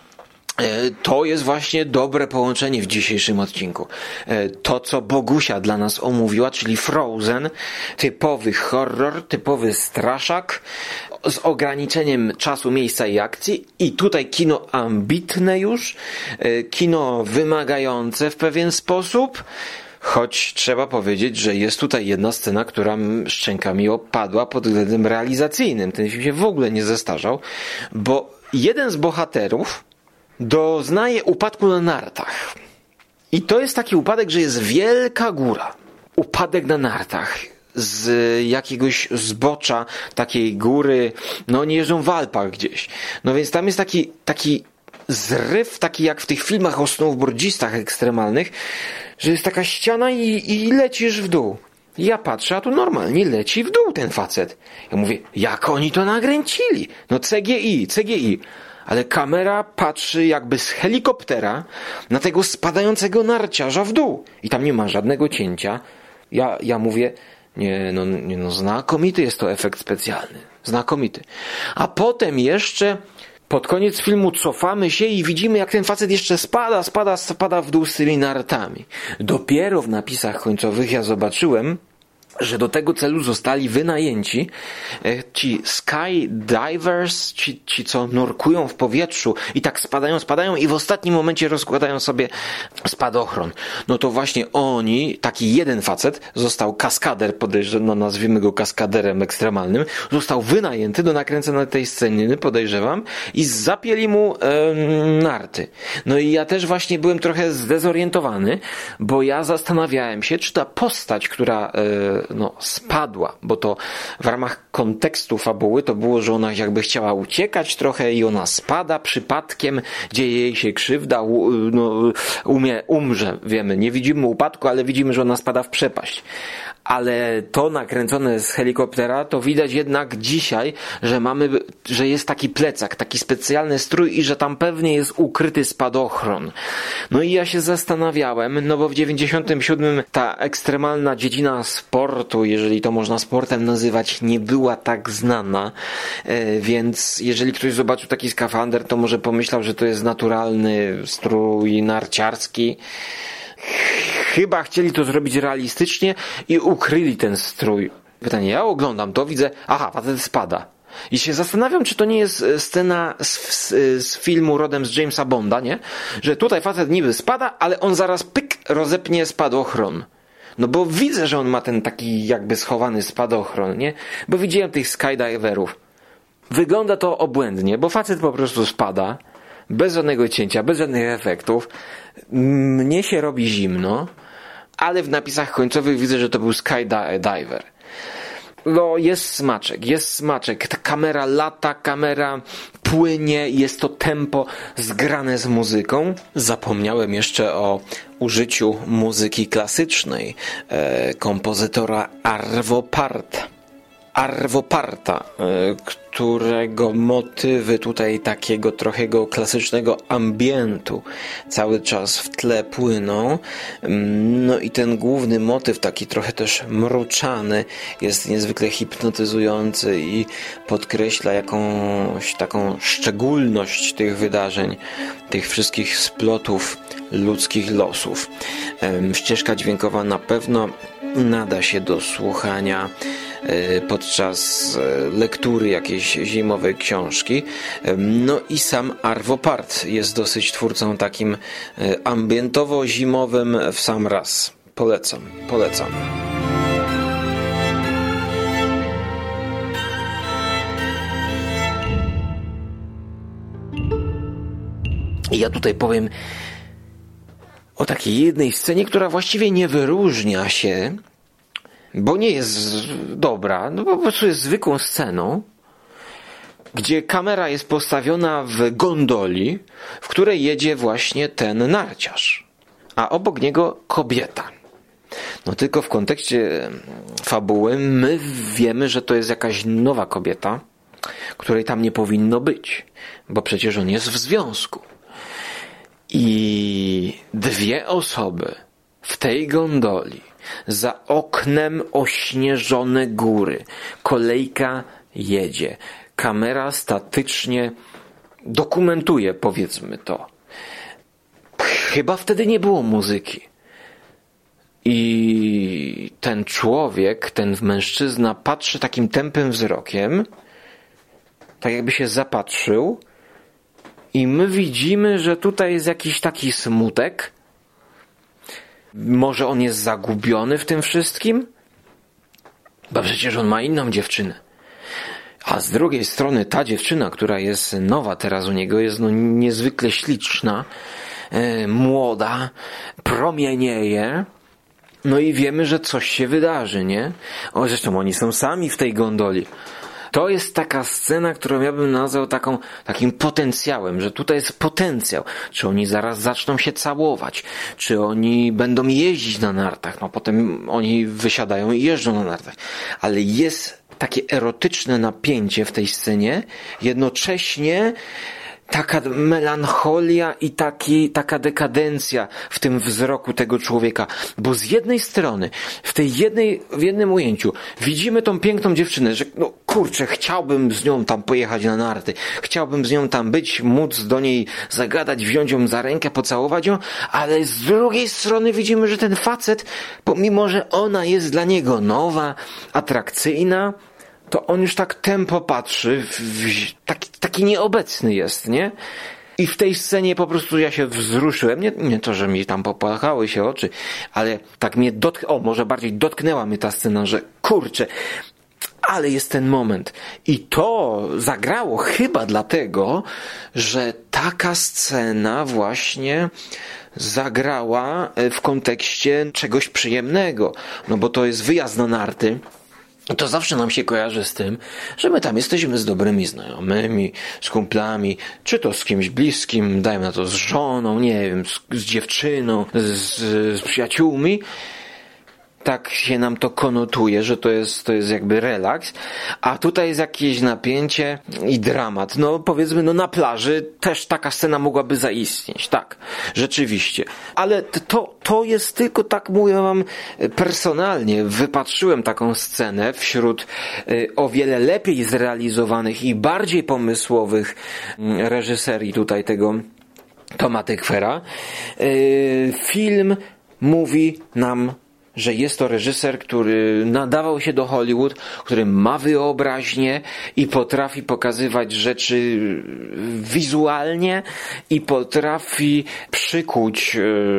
to jest właśnie dobre połączenie w dzisiejszym odcinku. To, co Bogusia dla nas omówiła, czyli Frozen, typowy horror, typowy straszak z ograniczeniem czasu, miejsca i akcji i tutaj kino ambitne już, kino wymagające w pewien sposób, choć trzeba powiedzieć, że jest tutaj jedna scena, która szczękami opadła pod względem realizacyjnym. Ten film się w ogóle nie zestarzał, bo jeden z bohaterów doznaje upadku na nartach. I to jest taki upadek, że jest wielka góra. Upadek na nartach z jakiegoś zbocza takiej góry, no nie jeżdżą w Alpach gdzieś. No więc tam jest taki zryw, taki jak w tych filmach o snowboardzistach ekstremalnych, że jest taka ściana i lecisz w dół. Ja patrzę, a tu normalnie leci w dół ten facet. Ja mówię, jak oni to nakręcili? No CGI. Ale kamera patrzy jakby z helikoptera na tego spadającego narciarza w dół. I tam nie ma żadnego cięcia. Ja mówię, nie, znakomity jest to efekt specjalny. Znakomity. A potem jeszcze pod koniec filmu cofamy się i widzimy, jak ten facet jeszcze spada w dół z tymi nartami. Dopiero w napisach końcowych ja zobaczyłem, że do tego celu zostali wynajęci ci skydivers, ci co nurkują w powietrzu i tak spadają i w ostatnim momencie rozkładają sobie spadochron. No to właśnie oni, taki jeden facet, został kaskader, no nazwijmy go kaskaderem ekstremalnym, został wynajęty do nakręcenia tej sceny, podejrzewam, i zapięli mu narty. No i ja też właśnie byłem trochę zdezorientowany, bo ja zastanawiałem się, czy ta postać, która spadła, bo to w ramach kontekstu fabuły to było, że ona jakby chciała uciekać trochę i ona spada przypadkiem, dzieje jej się krzywda, umrze, wiemy, nie widzimy upadku, ale widzimy, że ona spada w przepaść. Ale to nakręcone z helikoptera, to widać jednak dzisiaj, że jest taki plecak, taki specjalny strój i że tam pewnie jest ukryty spadochron. No i ja się zastanawiałem, no bo w 97 ta ekstremalna dziedzina sportu, jeżeli to można sportem nazywać, nie była tak znana, więc jeżeli ktoś zobaczył taki skafander, to może pomyślał, że to jest naturalny strój narciarski. Chyba chcieli to zrobić realistycznie i ukryli ten strój. Pytanie, ja oglądam to, widzę, facet spada. I się zastanawiam, czy to nie jest scena z filmu rodem z Jamesa Bonda, nie? Że tutaj facet niby spada, ale on zaraz rozepnie spadochron. No bo widzę, że on ma ten taki jakby schowany spadochron, nie? Bo widziałem tych skydiverów. Wygląda to obłędnie, bo facet po prostu spada. Bez żadnego cięcia, bez żadnych efektów. Mnie się robi zimno, ale w napisach końcowych widzę, że to był skydiver. No, jest smaczek. Ta kamera lata, kamera płynie, jest to tempo zgrane z muzyką. Zapomniałem jeszcze o użyciu muzyki klasycznej kompozytora Arvo Parta, którego motywy tutaj takiego trochę klasycznego ambientu cały czas w tle płyną. No i ten główny motyw, taki trochę też mruczany, jest niezwykle hipnotyzujący i podkreśla jakąś taką szczególność tych wydarzeń, tych wszystkich splotów ludzkich losów. Ścieżka dźwiękowa na pewno nada się do słuchania podczas lektury jakiejś zimowej książki. No i sam Arvo Part jest dosyć twórcą takim ambientowo-zimowym w sam raz. Polecam. I ja tutaj powiem o takiej jednej scenie, która właściwie nie wyróżnia się, bo nie jest dobra, no po prostu jest zwykłą sceną, gdzie kamera jest postawiona w gondoli, w której jedzie właśnie ten narciarz, a obok niego kobieta. No tylko w kontekście fabuły my wiemy, że to jest jakaś nowa kobieta, której tam nie powinno być, bo przecież on jest w związku. I 2 osoby w tej gondoli, za oknem ośnieżone góry, kolejka jedzie, kamera statycznie dokumentuje, powiedzmy to. Chyba wtedy nie było muzyki. I ten człowiek, ten mężczyzna patrzy takim tępym wzrokiem, tak jakby się zapatrzył, i my widzimy, że tutaj jest jakiś taki smutek. Może on jest zagubiony w tym wszystkim? Bo przecież on ma inną dziewczynę. A z drugiej strony ta dziewczyna, która jest nowa teraz u niego, jest niezwykle śliczna, młoda, promienieje. No i wiemy, że coś się wydarzy, nie? Zresztą oni są sami w tej gondoli. To jest taka scena, którą ja bym nazwał takim potencjałem, że tutaj jest potencjał. Czy oni zaraz zaczną się całować? Czy oni będą jeździć na nartach? No potem oni wysiadają i jeżdżą na nartach. Ale jest takie erotyczne napięcie w tej scenie, jednocześnie taka melancholia i taka dekadencja w tym wzroku tego człowieka. Bo z jednej strony, w jednym ujęciu widzimy tą piękną dziewczynę, że no kurczę, chciałbym z nią tam pojechać na narty, chciałbym z nią tam być, móc do niej zagadać, wziąć ją za rękę, pocałować ją, ale z drugiej strony widzimy, że ten facet, pomimo że ona jest dla niego nowa, atrakcyjna, to on już tak tępo patrzy, taki nieobecny jest, nie? I w tej scenie po prostu ja się wzruszyłem. Nie to, że mi tam popłachały się oczy, ale tak mnie może bardziej dotknęła mnie ta scena, że kurczę, ale jest ten moment. I to zagrało chyba dlatego, że taka scena właśnie zagrała w kontekście czegoś przyjemnego. No bo to jest wyjazd na narty. To zawsze nam się kojarzy z tym, że my tam jesteśmy z dobrymi znajomymi, z kumplami, czy to z kimś bliskim, dajmy na to z żoną, nie wiem, z dziewczyną, z przyjaciółmi. Tak się nam to konotuje, że to jest jakby relaks, a tutaj jest jakieś napięcie i dramat. No powiedzmy, na plaży też taka scena mogłaby zaistnieć, tak, rzeczywiście. Ale to jest tylko, tak mówię wam personalnie, wypatrzyłem taką scenę wśród o wiele lepiej zrealizowanych i bardziej pomysłowych reżyserii tutaj tego Toma Tykwer'a. Film mówi nam, że jest to reżyser, który nadawał się do Hollywood, który ma wyobraźnię i potrafi pokazywać rzeczy wizualnie i potrafi przykuć,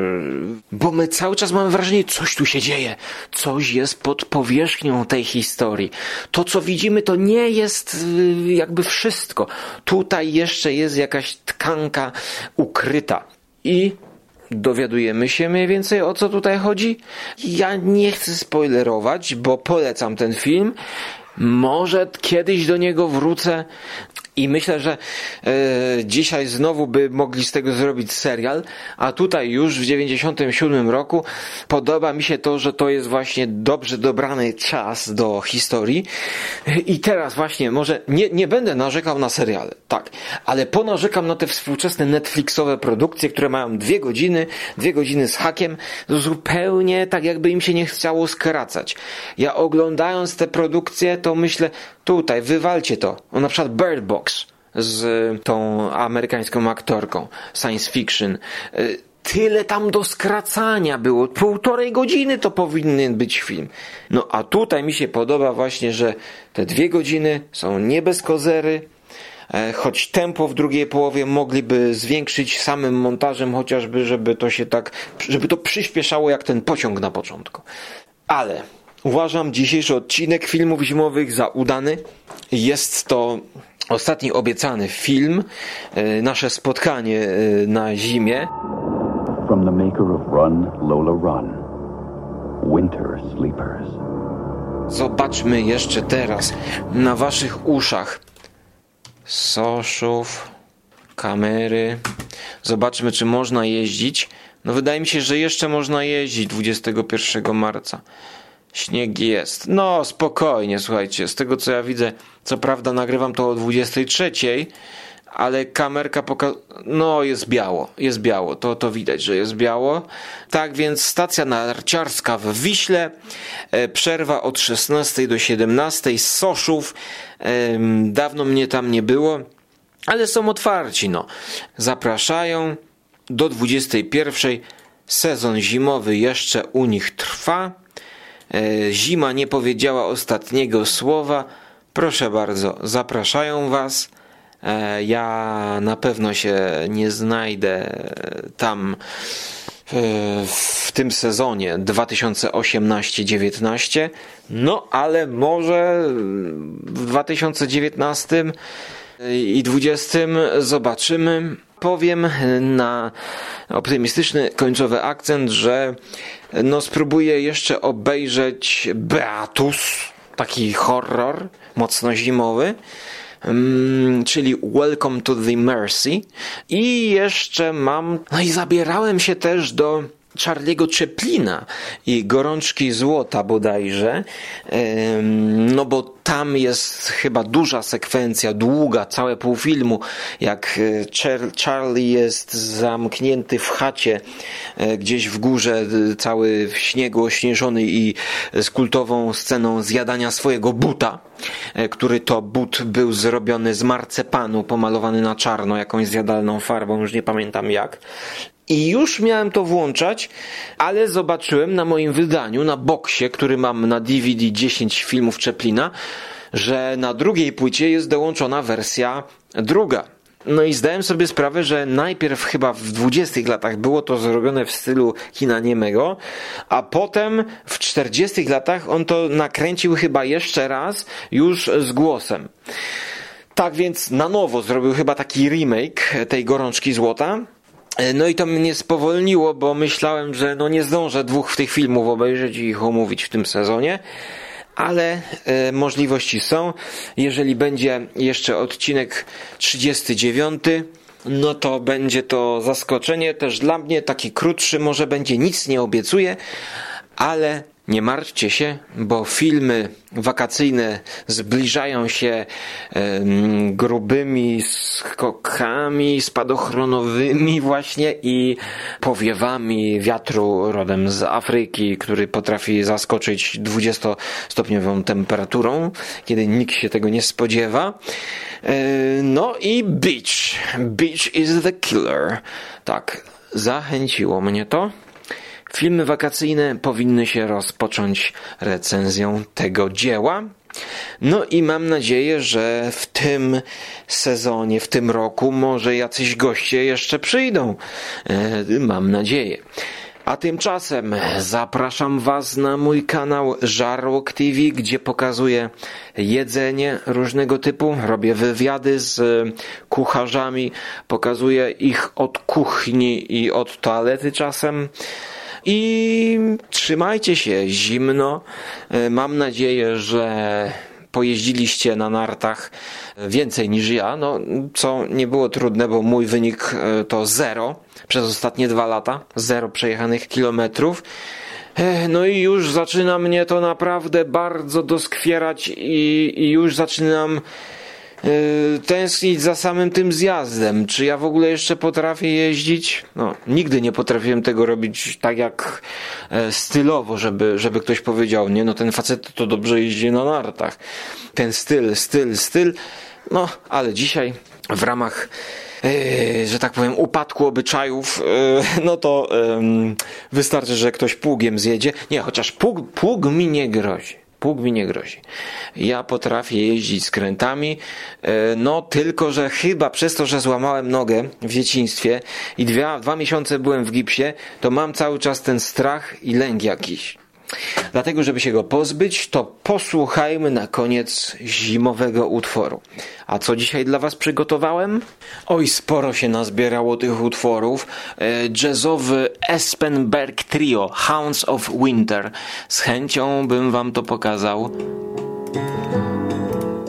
bo my cały czas mamy wrażenie, coś tu się dzieje, coś jest pod powierzchnią tej historii. To, co widzimy, to nie jest jakby wszystko. Tutaj jeszcze jest jakaś tkanka ukryta. I dowiadujemy się mniej więcej, o co tutaj chodzi. Ja nie chcę spoilerować, bo polecam ten film. Może kiedyś do niego wrócę i myślę, że dzisiaj znowu by mogli z tego zrobić serial, a tutaj już w 97 roku podoba mi się to, że to jest właśnie dobrze dobrany czas do historii i teraz właśnie może nie będę narzekał na seriale, tak, ale ponarzekam na te współczesne Netflixowe produkcje, które mają 2 godziny z hakiem, zupełnie tak jakby im się nie chciało skracać. Ja oglądając te produkcje to myślę, tutaj wywalcie to, na przykład Bird Box z tą amerykańską aktorką science fiction, tyle tam do skracania było, 1,5 godziny to powinien być film. No a tutaj mi się podoba właśnie, że te 2 godziny są nie bez kozery, choć tempo w drugiej połowie mogliby zwiększyć samym montażem chociażby, żeby to przyspieszało jak ten pociąg na początku. Ale uważam dzisiejszy odcinek filmów zimowych za udany. Jest to ostatni obiecany film, nasze spotkanie na zimie. From the maker of Run, Lola Run, Winter Sleepers. Zobaczmy jeszcze teraz na waszych uszach soszów, kamery. Zobaczmy, czy można jeździć. No wydaje mi się, że jeszcze można jeździć 21 marca. Śnieg jest. No spokojnie, słuchajcie, z tego co ja widzę, co prawda nagrywam to o 23, ale kamerka no jest biało, to widać, że jest biało. Tak więc stacja narciarska w Wiśle, przerwa od 16 do 17 z Soszów. Dawno mnie tam nie było, ale są otwarci, no. Zapraszają do 21. Sezon zimowy jeszcze u nich trwa. Zima nie powiedziała ostatniego słowa. Proszę bardzo, zapraszają was. Ja na pewno się nie znajdę tam w tym sezonie 2018-19, no ale może w 2019 i 2020 zobaczymy. Powiem na optymistyczny końcowy akcent, że no spróbuję jeszcze obejrzeć Beatus, taki horror mocno zimowy, czyli Welcome to the Mercy, i jeszcze no i zabierałem się też do Charlie'ego Chaplina i Gorączki Złota bodajże, no bo tam jest chyba duża sekwencja, długa, całe pół filmu, jak Charlie jest zamknięty w chacie gdzieś w górze, cały w śniegu ośnieżony i z kultową sceną zjadania swojego buta, który to but był zrobiony z marcepanu, pomalowany na czarno jakąś zjadalną farbą, już nie pamiętam jak. I już miałem to włączać, ale zobaczyłem na moim wydaniu, na boksie, który mam na DVD 10 filmów Chaplina, że na drugiej płycie jest dołączona wersja druga. No i zdałem sobie sprawę, że najpierw chyba w 20 latach było to zrobione w stylu kina niemego, a potem w 40 latach on to nakręcił chyba jeszcze raz, już z głosem. Tak więc na nowo zrobił chyba taki remake tej Gorączki Złota. No i to mnie spowolniło, bo myślałem, że no nie zdążę dwóch tych filmów obejrzeć i ich omówić w tym sezonie, ale możliwości są. Jeżeli będzie jeszcze odcinek 39, no to będzie to zaskoczenie też dla mnie, taki krótszy, może będzie, nic nie obiecuję, ale nie martwcie się, bo filmy wakacyjne zbliżają się grubymi skokami spadochronowymi właśnie i powiewami wiatru rodem z Afryki, który potrafi zaskoczyć 20-stopniową temperaturą, kiedy nikt się tego nie spodziewa. No i Beach is the killer. Tak, zachęciło mnie to. Filmy wakacyjne powinny się rozpocząć recenzją tego dzieła. No i mam nadzieję, że w tym sezonie, w tym roku może jacyś goście jeszcze przyjdą. Mam nadzieję. A tymczasem zapraszam was na mój kanał Żarłok TV, gdzie pokazuję jedzenie różnego typu. Robię wywiady z kucharzami, pokazuję ich od kuchni i od toalety czasem. I trzymajcie się, zimno. Mam nadzieję, że pojeździliście na nartach więcej niż ja, no co nie było trudne, bo mój wynik to 0 przez ostatnie 2 lata, 0 przejechanych kilometrów. No i już zaczyna mnie to naprawdę bardzo doskwierać i już zaczynam tęsknić za samym tym zjazdem. Czy ja w ogóle jeszcze potrafię jeździć? No, nigdy nie potrafiłem tego robić tak jak stylowo, żeby ktoś powiedział, nie, no ten facet to dobrze jeździ na nartach. Ten styl. No, ale dzisiaj w ramach że tak powiem upadku obyczajów, no to wystarczy, że ktoś pługiem zjedzie. Nie, chociaż pług mi nie grozi. Ja potrafię jeździć skrętami, no tylko, że chyba przez to, że złamałem nogę w dzieciństwie i 2 miesiące byłem w gipsie, to mam cały czas ten strach i lęk jakiś. Dlatego, żeby się go pozbyć, to posłuchajmy na koniec zimowego utworu. A co dzisiaj dla was przygotowałem? Oj, sporo się nazbierało tych utworów. Jazzowy Espenberg Trio, Hounds of Winter. Z chęcią bym wam to pokazał.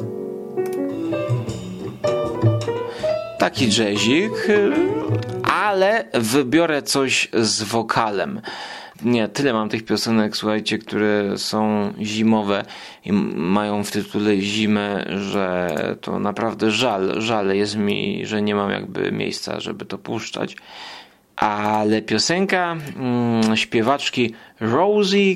Taki jazzik, ale wybiorę coś z wokalem. Nie, tyle mam tych piosenek, słuchajcie, które są zimowe i mają w tytule zimę, że to naprawdę żal jest mi, że nie mam jakby miejsca, żeby to puszczać. Ale piosenka śpiewaczki Rosie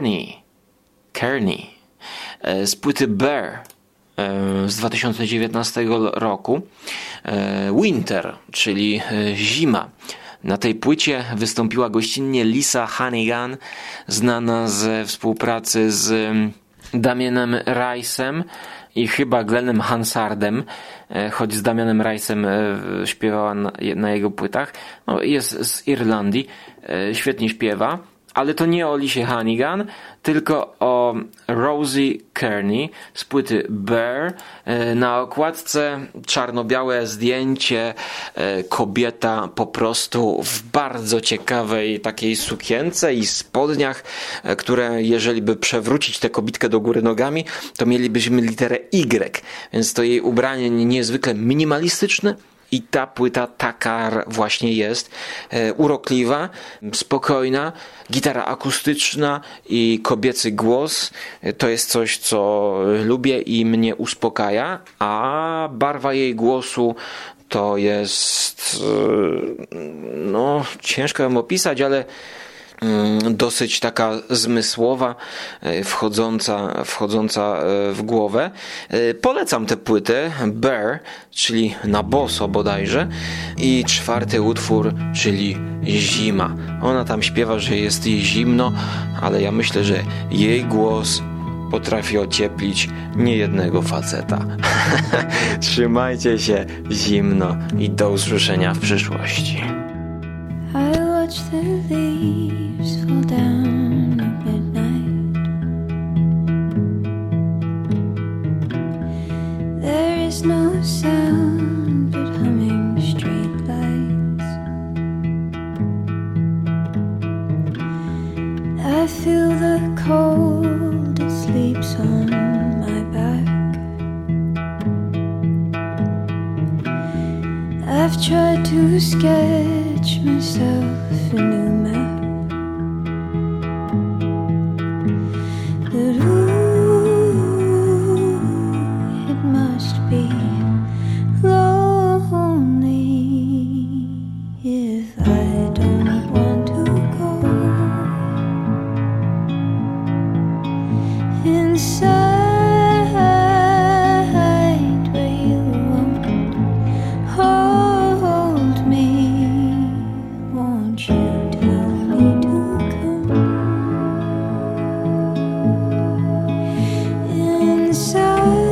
Kearney z płyty Bear z 2019 roku, Winter, czyli zima. Na tej płycie wystąpiła gościnnie Lisa Hannigan, znana ze współpracy z Damianem Rice'em i chyba Glennem Hansardem, choć z Damianem Rice'em śpiewała na jego płytach. No, jest z Irlandii, świetnie śpiewa. Ale to nie o Lisie Hannigan, tylko o Rosie Kearney z płyty Bear. Na okładce czarno-białe zdjęcie, kobieta po prostu w bardzo ciekawej takiej sukience i spodniach, które jeżeli by przewrócić tę kobitkę do góry nogami, to mielibyśmy literę Y, więc to jej ubranie niezwykle minimalistyczne. I ta płyta taka właśnie jest, urokliwa, spokojna, gitara akustyczna i kobiecy głos. To jest coś, co lubię i mnie uspokaja, a barwa jej głosu to jest, no ciężko ją opisać, ale dosyć taka zmysłowa, wchodząca w głowę. Polecam tę płytę Bear, czyli na boso bodajże, i 4. utwór, czyli Zima. Ona tam śpiewa, że jest jej zimno, ale ja myślę, że jej głos potrafi ocieplić niejednego faceta. Trzymajcie się zimno i do usłyszenia w przyszłości. Watch the leaves fall down at midnight. There is no sound but humming street lights. I feel the cold, it sleeps on my back. I've tried to sketch myself a new map, but ooh, it must be lonely if I don't want to go inside where you won't hold me. Won't you tell me to come inside?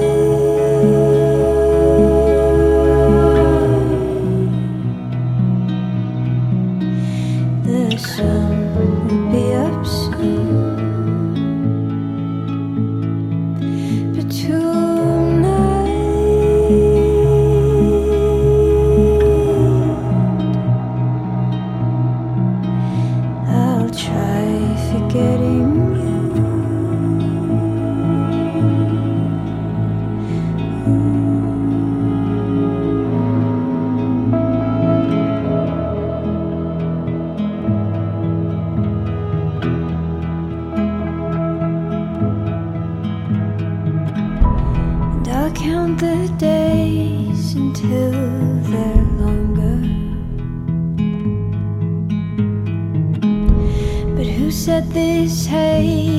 The sun will be up soon, but tonight I'll try forgetting you. And I'll count the days until they're longer. But who said this hate